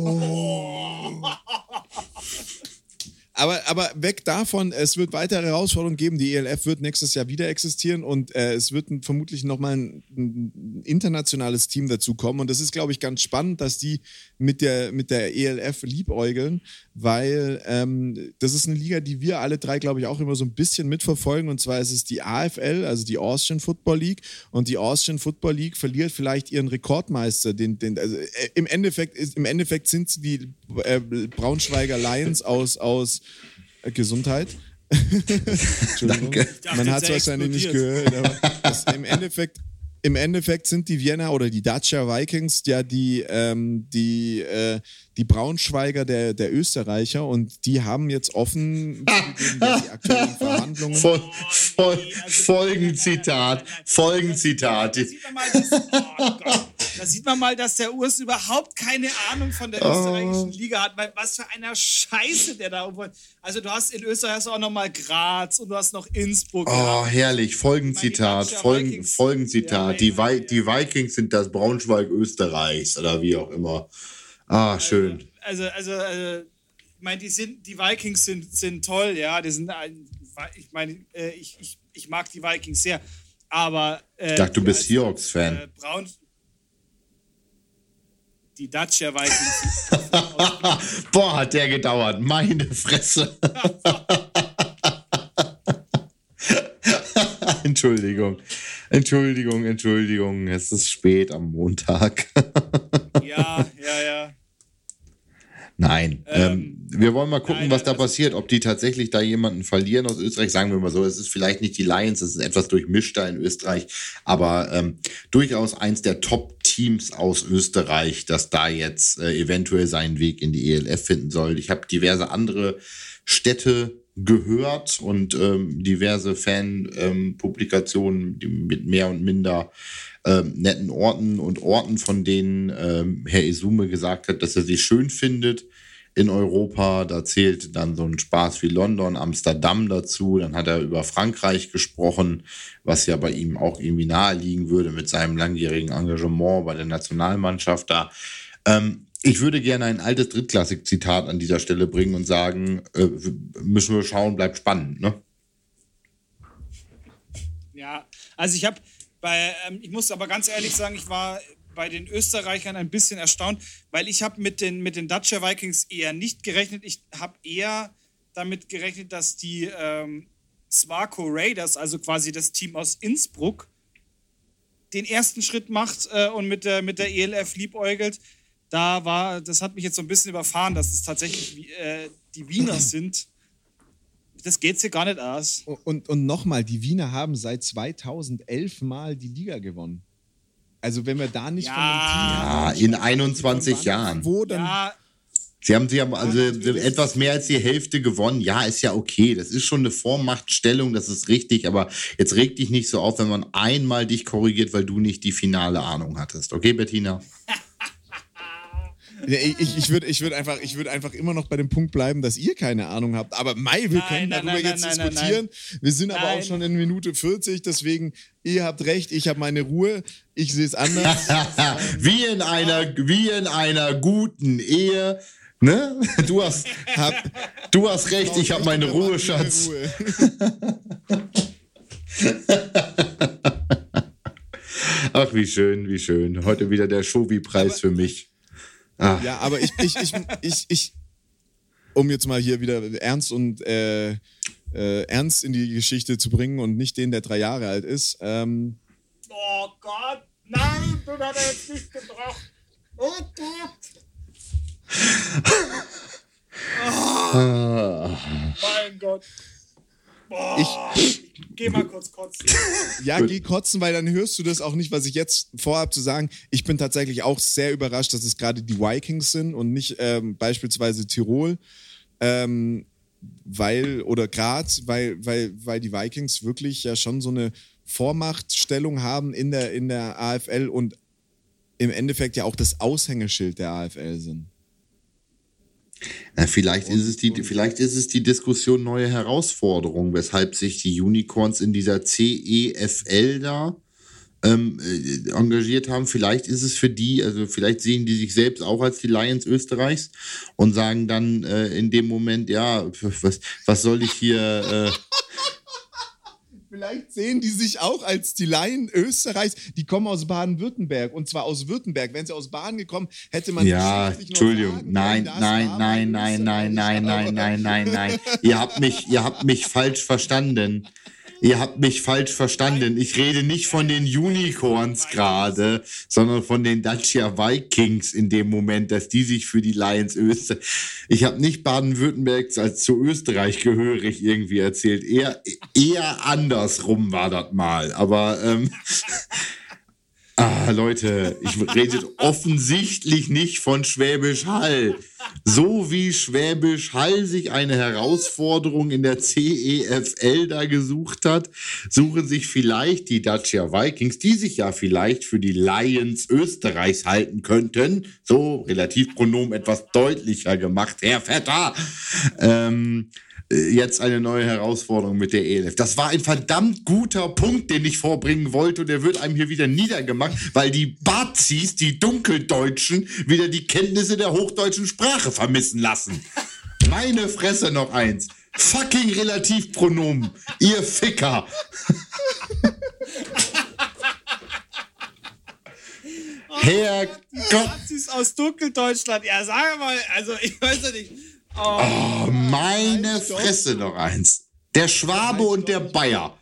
Aber, aber weg davon, es wird weitere Herausforderungen geben. Die E L F wird nächstes Jahr wieder existieren und äh, es wird ein, vermutlich nochmal ein, ein internationales Team dazukommen. Und das ist, glaube ich, ganz spannend, dass die mit der, mit der E L F liebäugeln, weil ähm, das ist eine Liga, die wir alle drei, glaube ich, auch immer so ein bisschen mitverfolgen. Und zwar ist es die A F L, also die Austrian Football League. Und die Austrian Football League verliert vielleicht ihren Rekordmeister. Den, den, also, äh, im, Endeffekt ist, Im Endeffekt sind sie die äh, Braunschweiger Lions aus, aus äh, Gesundheit. Entschuldigung. Danke. Man hat es wahrscheinlich nicht gehört, aber das, im Endeffekt Im Endeffekt sind die Vienna oder die Dacia Vikings ja die, ähm, die, äh, die Braunschweiger der, der Österreicher und die haben jetzt offen zugegeben, dass die aktuellen Verhandlungen... Fol Fol Folgenzitat, Folgenzitat. Da sieht man mal, dass, oh Gott, da sieht man mal, dass der Urs überhaupt keine Ahnung von der österreichischen Liga hat. Weil was für einer Scheiße der da... Also du hast in Österreich hast du auch noch mal Graz und du hast noch Innsbruck. Oh, gehabt. herrlich. Folgenzitat, Ich meine, die Folgen, Vikings- Folgenzitat. Ja, die, ja, Vi ja. die Vikings sind das Braunschweig Österreichs oder wie auch immer. Ah, schön. Also, also, also ich meine, die, sind, die Vikings sind, sind toll, ja. Die sind ein, ich meine, äh, ich, ich, ich mag die Vikings sehr. Aber. Äh, Ich dachte, du bist als- Seahawks-Fan. Äh, Braun. Die Dacia Vikings. Boah, hat der gedauert. Meine Fresse. Entschuldigung. Entschuldigung, Entschuldigung. Es ist spät am Montag. ja, ja, ja. Nein. Ähm, Ähm, wir wollen mal gucken, nein, was da also- passiert. Ob die tatsächlich da jemanden verlieren aus Österreich. Sagen wir mal so, es ist vielleicht nicht die Lions, es ist etwas durchmischter in Österreich. Aber ähm, durchaus eins der Top-Teams aus Österreich, das da jetzt äh, eventuell seinen Weg in die E L F finden soll. Ich habe diverse andere Städte gehört und ähm, diverse Fan-Publikationen ähm, mit mehr und minder ähm, netten Orten und Orten, von denen ähm, Herr Isume gesagt hat, dass er sie schön findet in Europa. Da zählt dann so ein Spaß wie London, Amsterdam dazu. Dann hat er über Frankreich gesprochen, was ja bei ihm auch irgendwie naheliegen würde mit seinem langjährigen Engagement bei der Nationalmannschaft da. Ähm, ich würde gerne ein altes Drittklassik-Zitat an dieser Stelle bringen und sagen, äh, müssen wir schauen, bleibt spannend, ne? Ja, also ich habe bei, ähm, ich muss aber ganz ehrlich sagen, ich war bei den Österreichern ein bisschen erstaunt, weil ich habe mit den, mit den Dacia Vikings eher nicht gerechnet. Ich habe eher damit gerechnet, dass die ähm, Swarco Raiders, also quasi das Team aus Innsbruck, den ersten Schritt macht äh, und mit der, mit der E L F liebäugelt. Da war, das hat mich jetzt so ein bisschen überfahren, dass es tatsächlich äh, die Wiener sind. Das geht hier gar nicht aus. Und, und nochmal, die Wiener haben seit zweitausendelf Mal die Liga gewonnen. Also wenn wir da nicht Ja. von einem Team Ah, haben, in einundzwanzig Jahren. wo dann... Ja, Sie haben, sie haben also natürlich. etwas mehr als die Hälfte gewonnen. Ja, ist ja okay. Das ist schon eine Vormachtstellung, das ist richtig. Aber jetzt reg dich nicht so auf, wenn man einmal dich korrigiert, weil du nicht die finale Ahnung hattest. Okay, Bettina? Ich, ich würde ich würd einfach, ich würd einfach immer noch bei dem Punkt bleiben, dass ihr keine Ahnung habt. Aber Mai, wir Nein, können nein, darüber nein, jetzt nein, nein, diskutieren. nein. Wir sind aber Nein. auch schon in Minute vierzig, deswegen, ihr habt recht, ich habe meine Ruhe, ich sehe es anders. wie, in einer, wie in einer guten Ehe. Ne? Du hast, Hab, du hast recht, ich habe meine wir Ruhe, machen meine Schatz. Ruhe. Ach, wie schön, wie schön. Heute wieder der Shovi-Preis für mich. Ah. Ja, aber ich, ich, ich, ich, ich, um jetzt mal hier wieder ernst und äh, äh, ernst in die Geschichte zu bringen und nicht den, der drei Jahre alt ist. Ähm, Oh Gott, nein, du hast jetzt nicht gebracht. Oh Gott. Oh, mein Gott. Oh, ich geh mal kurz kotzen. Ja, geh kotzen, weil dann hörst du das auch nicht, was ich jetzt vorhab zu sagen. Ich bin tatsächlich auch sehr überrascht, dass es gerade die Vikings sind und nicht ähm, beispielsweise Tirol. Ähm, weil, oder Graz, weil, weil, weil die Vikings wirklich ja schon so eine Vormachtstellung haben in der, in der A F L und im Endeffekt ja auch das Aushängeschild der A F L sind. Na, vielleicht, ist es die, vielleicht ist es die Diskussion neue Herausforderung, weshalb sich die Unicorns in dieser C E F L da ähm, äh, engagiert haben. Vielleicht ist es für die, also vielleicht sehen die sich selbst auch als die Lions Österreichs und sagen dann äh, in dem Moment, ja, was, was soll ich hier... Äh, Vielleicht sehen die sich auch als die Laien Österreichs, die kommen aus Baden-Württemberg und zwar aus Württemberg. Wenn sie aus Baden gekommen, hätte man ja, schriftlich noch Entschuldigung, sagen nein, können, das nein, war nein, bei nein, nein, nein, Österreich. nein, nein, nein, nein. Ihr habt mich, ihr habt mich falsch verstanden. Ihr habt mich falsch verstanden. Ich rede nicht von den Unicorns gerade, sondern von den Dacia Vikings in dem Moment, dass die sich für die Lions Österreich... Ich habe nicht Baden-Württemberg als zu Österreich gehörig irgendwie erzählt. Eher, eher andersrum war das mal. Aber... Ähm, Ah, Leute, ich rede offensichtlich nicht von Schwäbisch Hall. So wie Schwäbisch Hall sich eine Herausforderung in der C E F L da gesucht hat, suchen sich vielleicht die Dacia Vikings, die sich ja vielleicht für die Lions Österreichs halten könnten, so Relativpronomen etwas deutlicher gemacht, Herr Vetter, ähm, jetzt eine neue Herausforderung mit der E L F. Das war ein verdammt guter Punkt, den ich vorbringen wollte und der wird einem hier wieder niedergemacht, weil die Bazis, die Dunkeldeutschen, wieder die Kenntnisse der hochdeutschen Sprache vermissen lassen. Meine Fresse noch eins. Fucking Relativpronomen. Ihr Ficker. Herrgott. Nazis aus Dunkeldeutschland. Ja, sag mal, also ich weiß ja nicht. Oh, Oh, meine Fresse noch eins. Der Schwabe und der Bayer.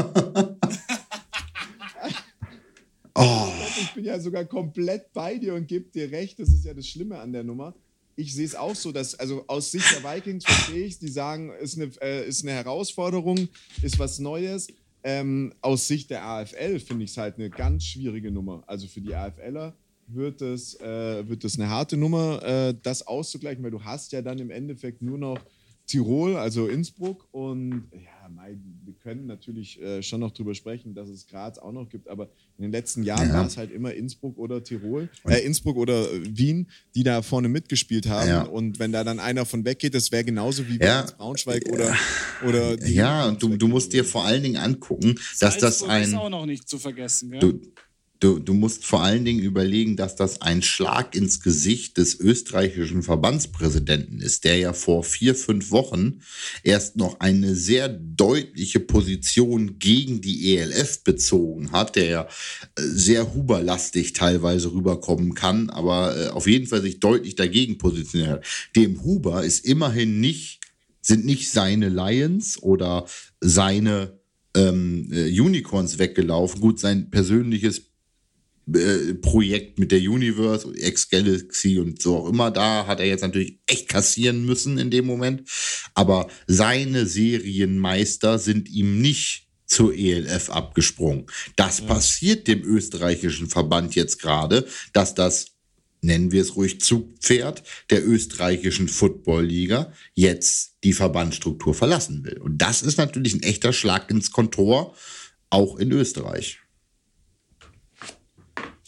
Oh. Ich bin ja sogar komplett bei dir und gebe dir recht. Das ist ja das Schlimme an der Nummer. Ich sehe es auch so, dass, also aus Sicht der Vikings verstehe ich, die sagen, ist eine, äh, ist eine Herausforderung, ist was Neues. Ähm, aus Sicht der A F L finde ich es halt eine ganz schwierige Nummer. Also für die AFLer wird es, äh, wird es eine harte Nummer, äh, das auszugleichen, weil du hast ja dann im Endeffekt nur noch Tirol, also Innsbruck und ja, mei, wir können natürlich äh, schon noch drüber sprechen, dass es Graz auch noch gibt, aber in den letzten Jahren Ja. war es halt immer Innsbruck oder Tirol, äh, Innsbruck oder äh, Wien, die da vorne mitgespielt haben Ja. und wenn da dann einer von weggeht, das wäre genauso wie Ja. jetzt Braunschweig oder, oder die Ja, und du, du musst dir vor allen Dingen angucken, dass das Salzburg ein... ist auch noch nicht zu vergessen, gell? Du, du, du musst vor allen Dingen überlegen, dass das ein Schlag ins Gesicht des österreichischen Verbandspräsidenten ist, der ja vor vier, fünf Wochen erst noch eine sehr deutliche Position gegen die E L F bezogen hat, der ja äh, sehr huberlastig teilweise rüberkommen kann, aber äh, auf jeden Fall sich deutlich dagegen positioniert hat. Dem Huber ist immerhin nicht, sind nicht seine Lions oder seine ähm, äh, Unicorns weggelaufen. Gut, sein persönliches äh, Projekt mit der Universe, X-Galaxy und so auch immer, da hat er jetzt natürlich echt kassieren müssen in dem Moment. Aber seine Serienmeister sind ihm nicht zur E L F abgesprungen. Das ja. passiert dem österreichischen Verband jetzt gerade, dass das, nennen wir es ruhig, Zugpferd der österreichischen Football-Liga jetzt die Verbandsstruktur verlassen will. Und das ist natürlich ein echter Schlag ins Kontor, auch in Österreich.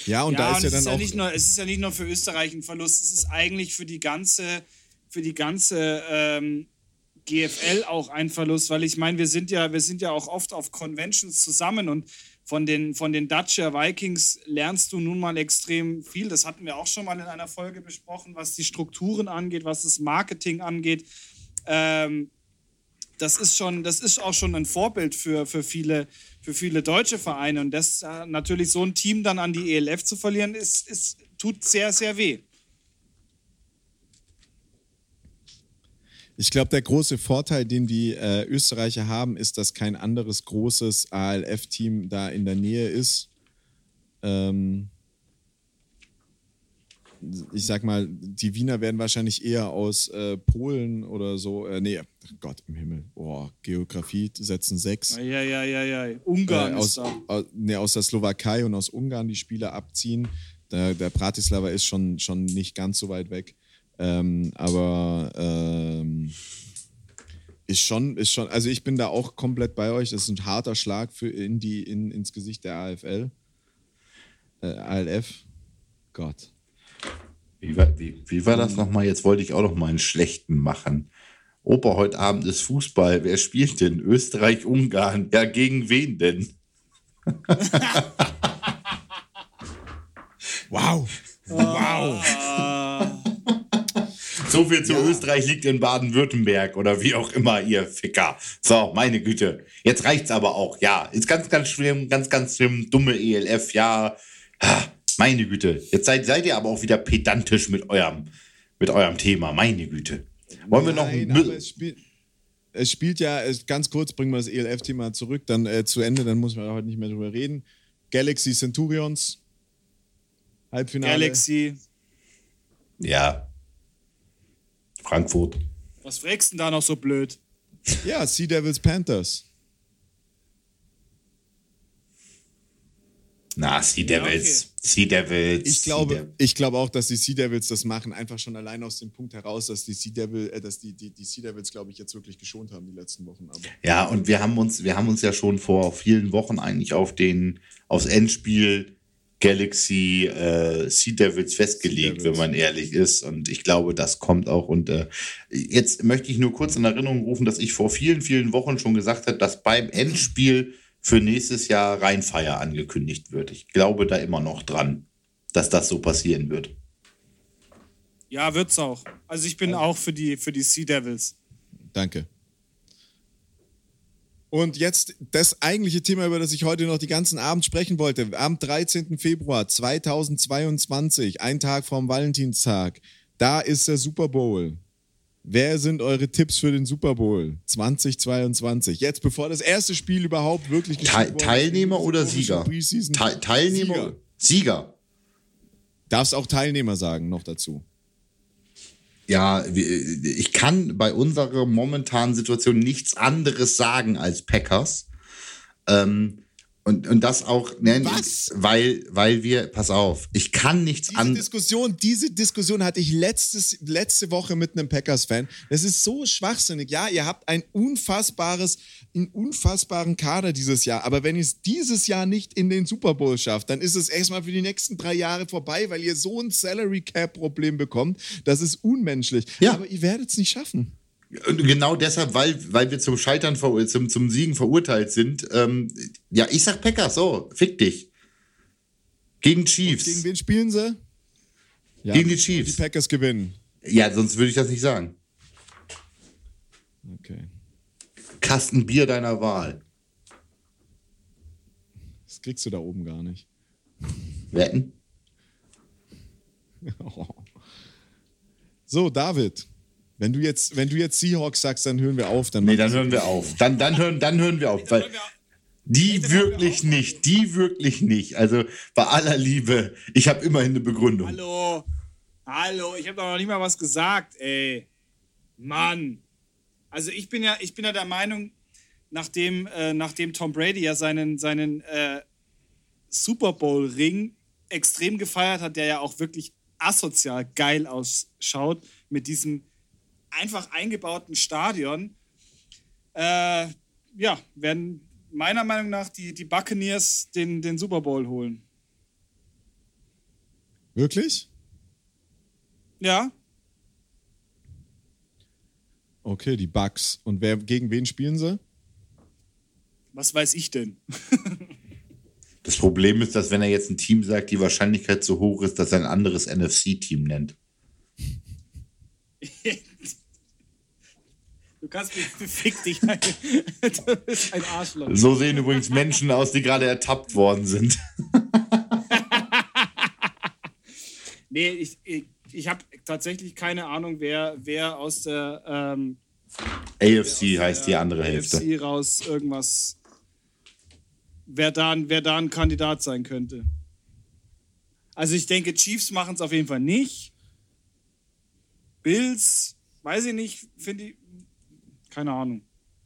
Ja, und ja, da ist und ja es dann ist ja auch... nicht nur, es ist ja nicht nur für Österreich ein Verlust, es ist eigentlich für die ganze, für die ganze ähm, G F L auch ein Verlust, weil ich meine, wir sind ja, wir sind ja auch oft auf Conventions zusammen und von den, von den Dutcher Vikings lernst du nun mal extrem viel. Das hatten wir auch schon mal in einer Folge besprochen, was die Strukturen angeht, was das Marketing angeht. Ähm, das ist schon, das ist auch schon ein Vorbild für, für, viele, für viele deutsche Vereine. Und das äh, natürlich so ein Team dann an die E L F zu verlieren, ist, ist, tut sehr, sehr weh. Ich glaube, der große Vorteil, den die äh, Österreicher haben, ist, dass kein anderes großes A L F-Team da in der Nähe ist. Ähm ich sag mal, die Wiener werden wahrscheinlich eher aus äh, Polen oder so, äh, nee, Gott im Himmel, oh, Geografie setzen sechs. Ja, ja, ja, ja. Ungarn äh, ist aus, da. aus, nee, aus der Slowakei und aus Ungarn die Spieler abziehen. Der, der Bratislava ist schon, schon nicht ganz so weit weg. Ähm, aber ähm, ist schon, ist schon, also ich bin da auch komplett bei euch. Das ist ein harter Schlag für in die, in, ins Gesicht der A F L. Äh, A L F. Gott. Wie war, wie, wie war das nochmal? Jetzt wollte ich auch noch mal einen schlechten machen. Opa, heute Abend ist Fußball. Wer spielt denn? Österreich, Ungarn. Ja, gegen wen denn? Wow. Wow. So viel zu Ja. Österreich liegt in Baden-Württemberg oder wie auch immer, ihr Ficker. So, meine Güte. Jetzt reicht's aber auch. Ja, ist ganz, ganz schlimm, ganz, ganz schlimm. Dumme E L F, ja. Meine Güte. Jetzt seid, seid ihr aber auch wieder pedantisch mit eurem, mit eurem Thema. Meine Güte. Wollen wir noch Nein, ein aber es spielt, es spielt ja, es, ganz kurz bringen wir das E L F-Thema zurück, dann äh, zu Ende, dann muss man heute nicht mehr drüber reden. Galaxy Centurions, Halbfinale. Galaxy. Ja. Frankfurt. Was fragst du denn da noch so blöd? Ja, Sea Devils Panthers. Na, Sea Devils. okay. Sea Devils. Ich Sea glaube, Devils. ich glaube auch, dass die Sea Devils das machen, einfach schon allein aus dem Punkt heraus, dass die Sea, Devil, äh, dass die, die, die Sea Devils, glaube ich, jetzt wirklich geschont haben die letzten Wochen. Aber Ja, und wir haben uns, wir haben uns ja schon vor vielen Wochen eigentlich auf den, aufs Endspiel Galaxy äh, Sea Devils festgelegt, Sea Devils. wenn man ehrlich ist. Und ich glaube, das kommt auch. Und äh, jetzt möchte ich nur kurz in Erinnerung rufen, dass ich vor vielen, vielen Wochen schon gesagt habe, dass beim Endspiel für nächstes Jahr Rheinfeier angekündigt wird. Ich glaube da immer noch dran, dass das so passieren wird. Ja, wird's auch. Also ich bin auch für die, für die Sea Devils. danke. Und jetzt das eigentliche Thema, über das ich heute noch die ganzen Abend sprechen wollte. Am dreizehnten Februar zweitausendzweiundzwanzig, ein Tag vorm Valentinstag, da ist der Super Bowl. Wer sind eure Tipps für den Super Bowl zweitausendzweiundzwanzig? Jetzt, bevor das erste Spiel überhaupt wirklich Te gespielt wurde, Teilnehmer in oder dieser Sieger? komischen Preseason. Te Teilnehmer? Sieger. Sieger. Darfst auch Teilnehmer sagen, noch dazu. Ja, wir- ich kann bei unserer momentanen Situation nichts anderes sagen als Packers. Ähm, und, und das auch, ne, Was? weil, weil wir, pass auf, ich kann nichts Diese anderes. Diskussion, diese Diskussion hatte ich letztes, letzte Woche mit einem Packers-Fan. Das ist so schwachsinnig. Ja, ihr habt ein unfassbares, einen unfassbaren Kader dieses Jahr. Aber wenn ihr es dieses Jahr nicht in den Super Bowl schafft, dann ist es erstmal für die nächsten drei Jahre vorbei, weil ihr so ein Salary-Cap-Problem bekommt. Das ist unmenschlich. Ja. Aber ihr werdet es nicht schaffen. Und genau deshalb, weil, weil wir zum Scheitern, verur- zum, zum Siegen verurteilt sind. Ähm, ja, ich sag Packers, so, fick dich. Gegen Chiefs. Gegen wen spielen sie? Ja, Gegen die Chiefs. Die Packers gewinnen. Ja, sonst würde ich das nicht sagen. Okay. Kasten Bier deiner Wahl. Das kriegst du da oben gar nicht. Wetten? So, David. Wenn du jetzt, wenn du jetzt Seahawks sagst, dann hören wir auf. Dann Nee, macht dann das- hören wir auf. Dann, dann, hören, dann hören wir auf. Weil die wirklich nicht. Die wirklich nicht. Also bei aller Liebe, ich habe immerhin eine Begründung. Hallo. Hallo, ich habe doch noch nicht mal was gesagt, ey. Mann. Also ich bin ja, ich bin ja der Meinung, nachdem, äh, nachdem Tom Brady ja seinen, seinen äh, Super Bowl-Ring extrem gefeiert hat, der ja auch wirklich asozial geil ausschaut, mit diesem einfach eingebauten Stadion, äh, ja, werden meiner Meinung nach die, die Buccaneers den, den Super Bowl holen. Wirklich? Ja. Okay, die Bucks. Und wer, gegen wen spielen sie? Was weiß ich denn? Das Problem ist, dass wenn er jetzt ein Team sagt, die Wahrscheinlichkeit so hoch ist, dass er ein anderes N F C-Team nennt. Du kannst mich, fick dich. Du bist ein Arschloch. So sehen übrigens Menschen aus, die gerade ertappt worden sind. Nee, ich, ich, ich habe tatsächlich keine Ahnung, wer, wer aus der ähm, A F C heißt die andere Hälfte. A F C raus irgendwas, wer da, wer da ein Kandidat sein könnte. Also ich denke, Chiefs machen es auf jeden Fall nicht. Bills, weiß ich nicht, finde ich, keine Ahnung.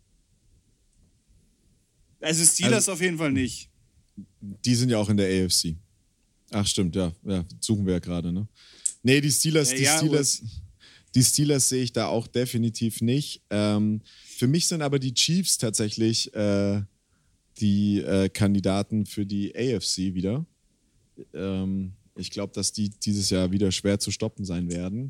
Also Steelers also, auf jeden Fall nicht. Die sind ja auch in der A F C. Ach stimmt, ja, ja suchen wir ja gerade, ne? Nee, die Steelers, ja, die ja, Steelers, die Steelers sehe ich da auch definitiv nicht. Ähm, für mich sind aber die Chiefs tatsächlich äh, die äh, Kandidaten für die A F C wieder. Ähm, ich glaube, dass die dieses Jahr wieder schwer zu stoppen sein werden.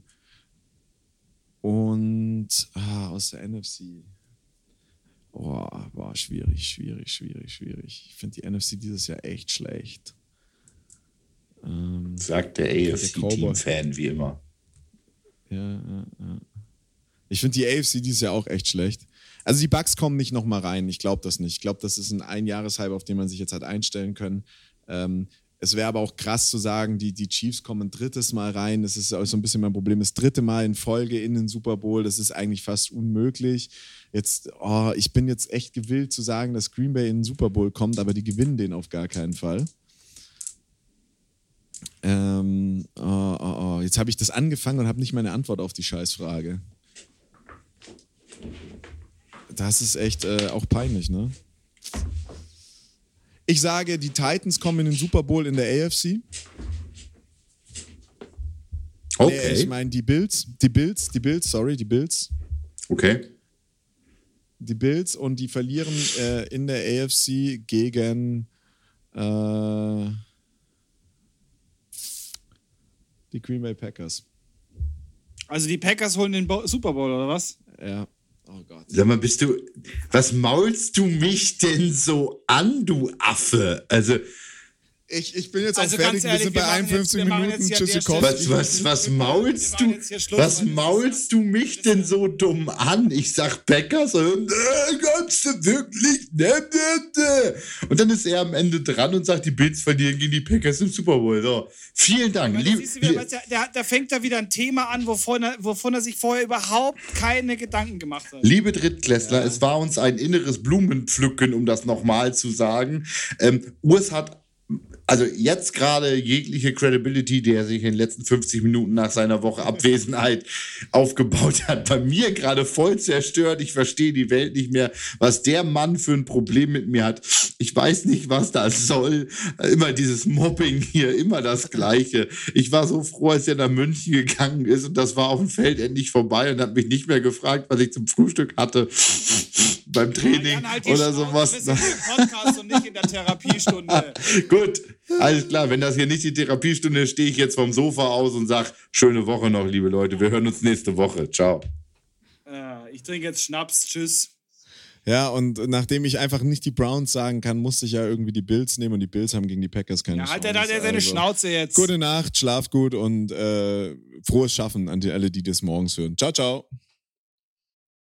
Und ah, aus der N F C. Oh, boah, schwierig, schwierig, schwierig, schwierig. Ich finde die N F C dieses Jahr echt schlecht. Ähm, Sagt der A F C-Team-Fan wie immer. Ja, ja, ja. Ich finde die A F C dieses Jahr auch echt schlecht. Also die Bucks kommen nicht nochmal rein. Ich glaube das nicht. Ich glaube, das ist ein Einjahreshype, auf den man sich jetzt hat einstellen können. Ähm, es wäre aber auch krass zu sagen, die, die Chiefs kommen ein drittes Mal rein. Das ist auch so ein bisschen mein Problem. Das dritte Mal in Folge in den Super Bowl, das ist eigentlich fast unmöglich. Jetzt, oh, ich bin jetzt echt gewillt zu sagen, dass Green Bay in den Super Bowl kommt, aber die gewinnen den auf gar keinen Fall. Ähm, oh, oh, oh. Jetzt habe ich das angefangen und habe nicht meine Antwort auf die Scheißfrage. Das ist echt äh, auch peinlich, ne? Ich sage, die Titans kommen in den Super Bowl in der A F C. Okay. Nee, ich meine die Bills, die Bills, die Bills, sorry, die Bills. Okay. Die Bills und die verlieren äh, in der A F C gegen äh, die Green Bay Packers. Also die Packers holen den Bo- Super Bowl, oder was? Ja. Oh Gott. Sag mal, bist du, was maulst du mich denn so an, du Affe? Also, Ich, ich bin jetzt Also auch fertig, ganz ehrlich, wir sind bei wir machen einundfünfzig jetzt- wir machen Minuten. jetzt hier an der Tschüssikowski. was, was, was maulst Wir du, machen jetzt hier Schluss, was weil das ist maulst ja- du mich denn so dumm an? Ich sag Packers und, äh, kommst du wirklich? Ne, ne, ne. Und dann ist er am Ende dran und sagt, die Bills verlieren gegen die Packers im Super Bowl. So, vielen Dank. Weil Lieb, das siehst du wieder, der, der, der fängt da wieder ein Thema an, wovon er, wovon er sich vorher überhaupt keine Gedanken gemacht hat. Liebe Drittklässler, es war uns ein inneres Blumenpflücken, um das nochmal zu sagen. Ähm, Urs hat also jetzt gerade jegliche Credibility, die er sich in den letzten fünfzig Minuten nach seiner Woche Abwesenheit aufgebaut hat, bei mir gerade voll zerstört. Ich verstehe die Welt nicht mehr, was der Mann für ein Problem mit mir hat. Ich weiß nicht, was das soll. Immer dieses Mobbing hier, immer das Gleiche. Ich war so froh, als er nach München gegangen ist und das war auf dem Feld endlich vorbei und hat mich nicht mehr gefragt, was ich zum Frühstück hatte beim Training Jan, halt die oder Schnauze, sowas. Wir sind hier im Podcast und nicht in der Therapiestunde. Gut, alles klar. Wenn das hier nicht die Therapiestunde ist, stehe ich jetzt vom Sofa aus und sage, schöne Woche noch, liebe Leute. Wir hören uns nächste Woche. Ciao. Äh, ich trinke jetzt Schnaps. Tschüss. Ja, und nachdem ich einfach nicht die Browns sagen kann, musste ich ja irgendwie die Bills nehmen und die Bills haben gegen die Packers keine Ja, halt Chance. er da seine Also, Schnauze jetzt. gute Nacht, schlaf gut und äh, frohes Schaffen an die alle, die das morgens hören. Ciao, ciao.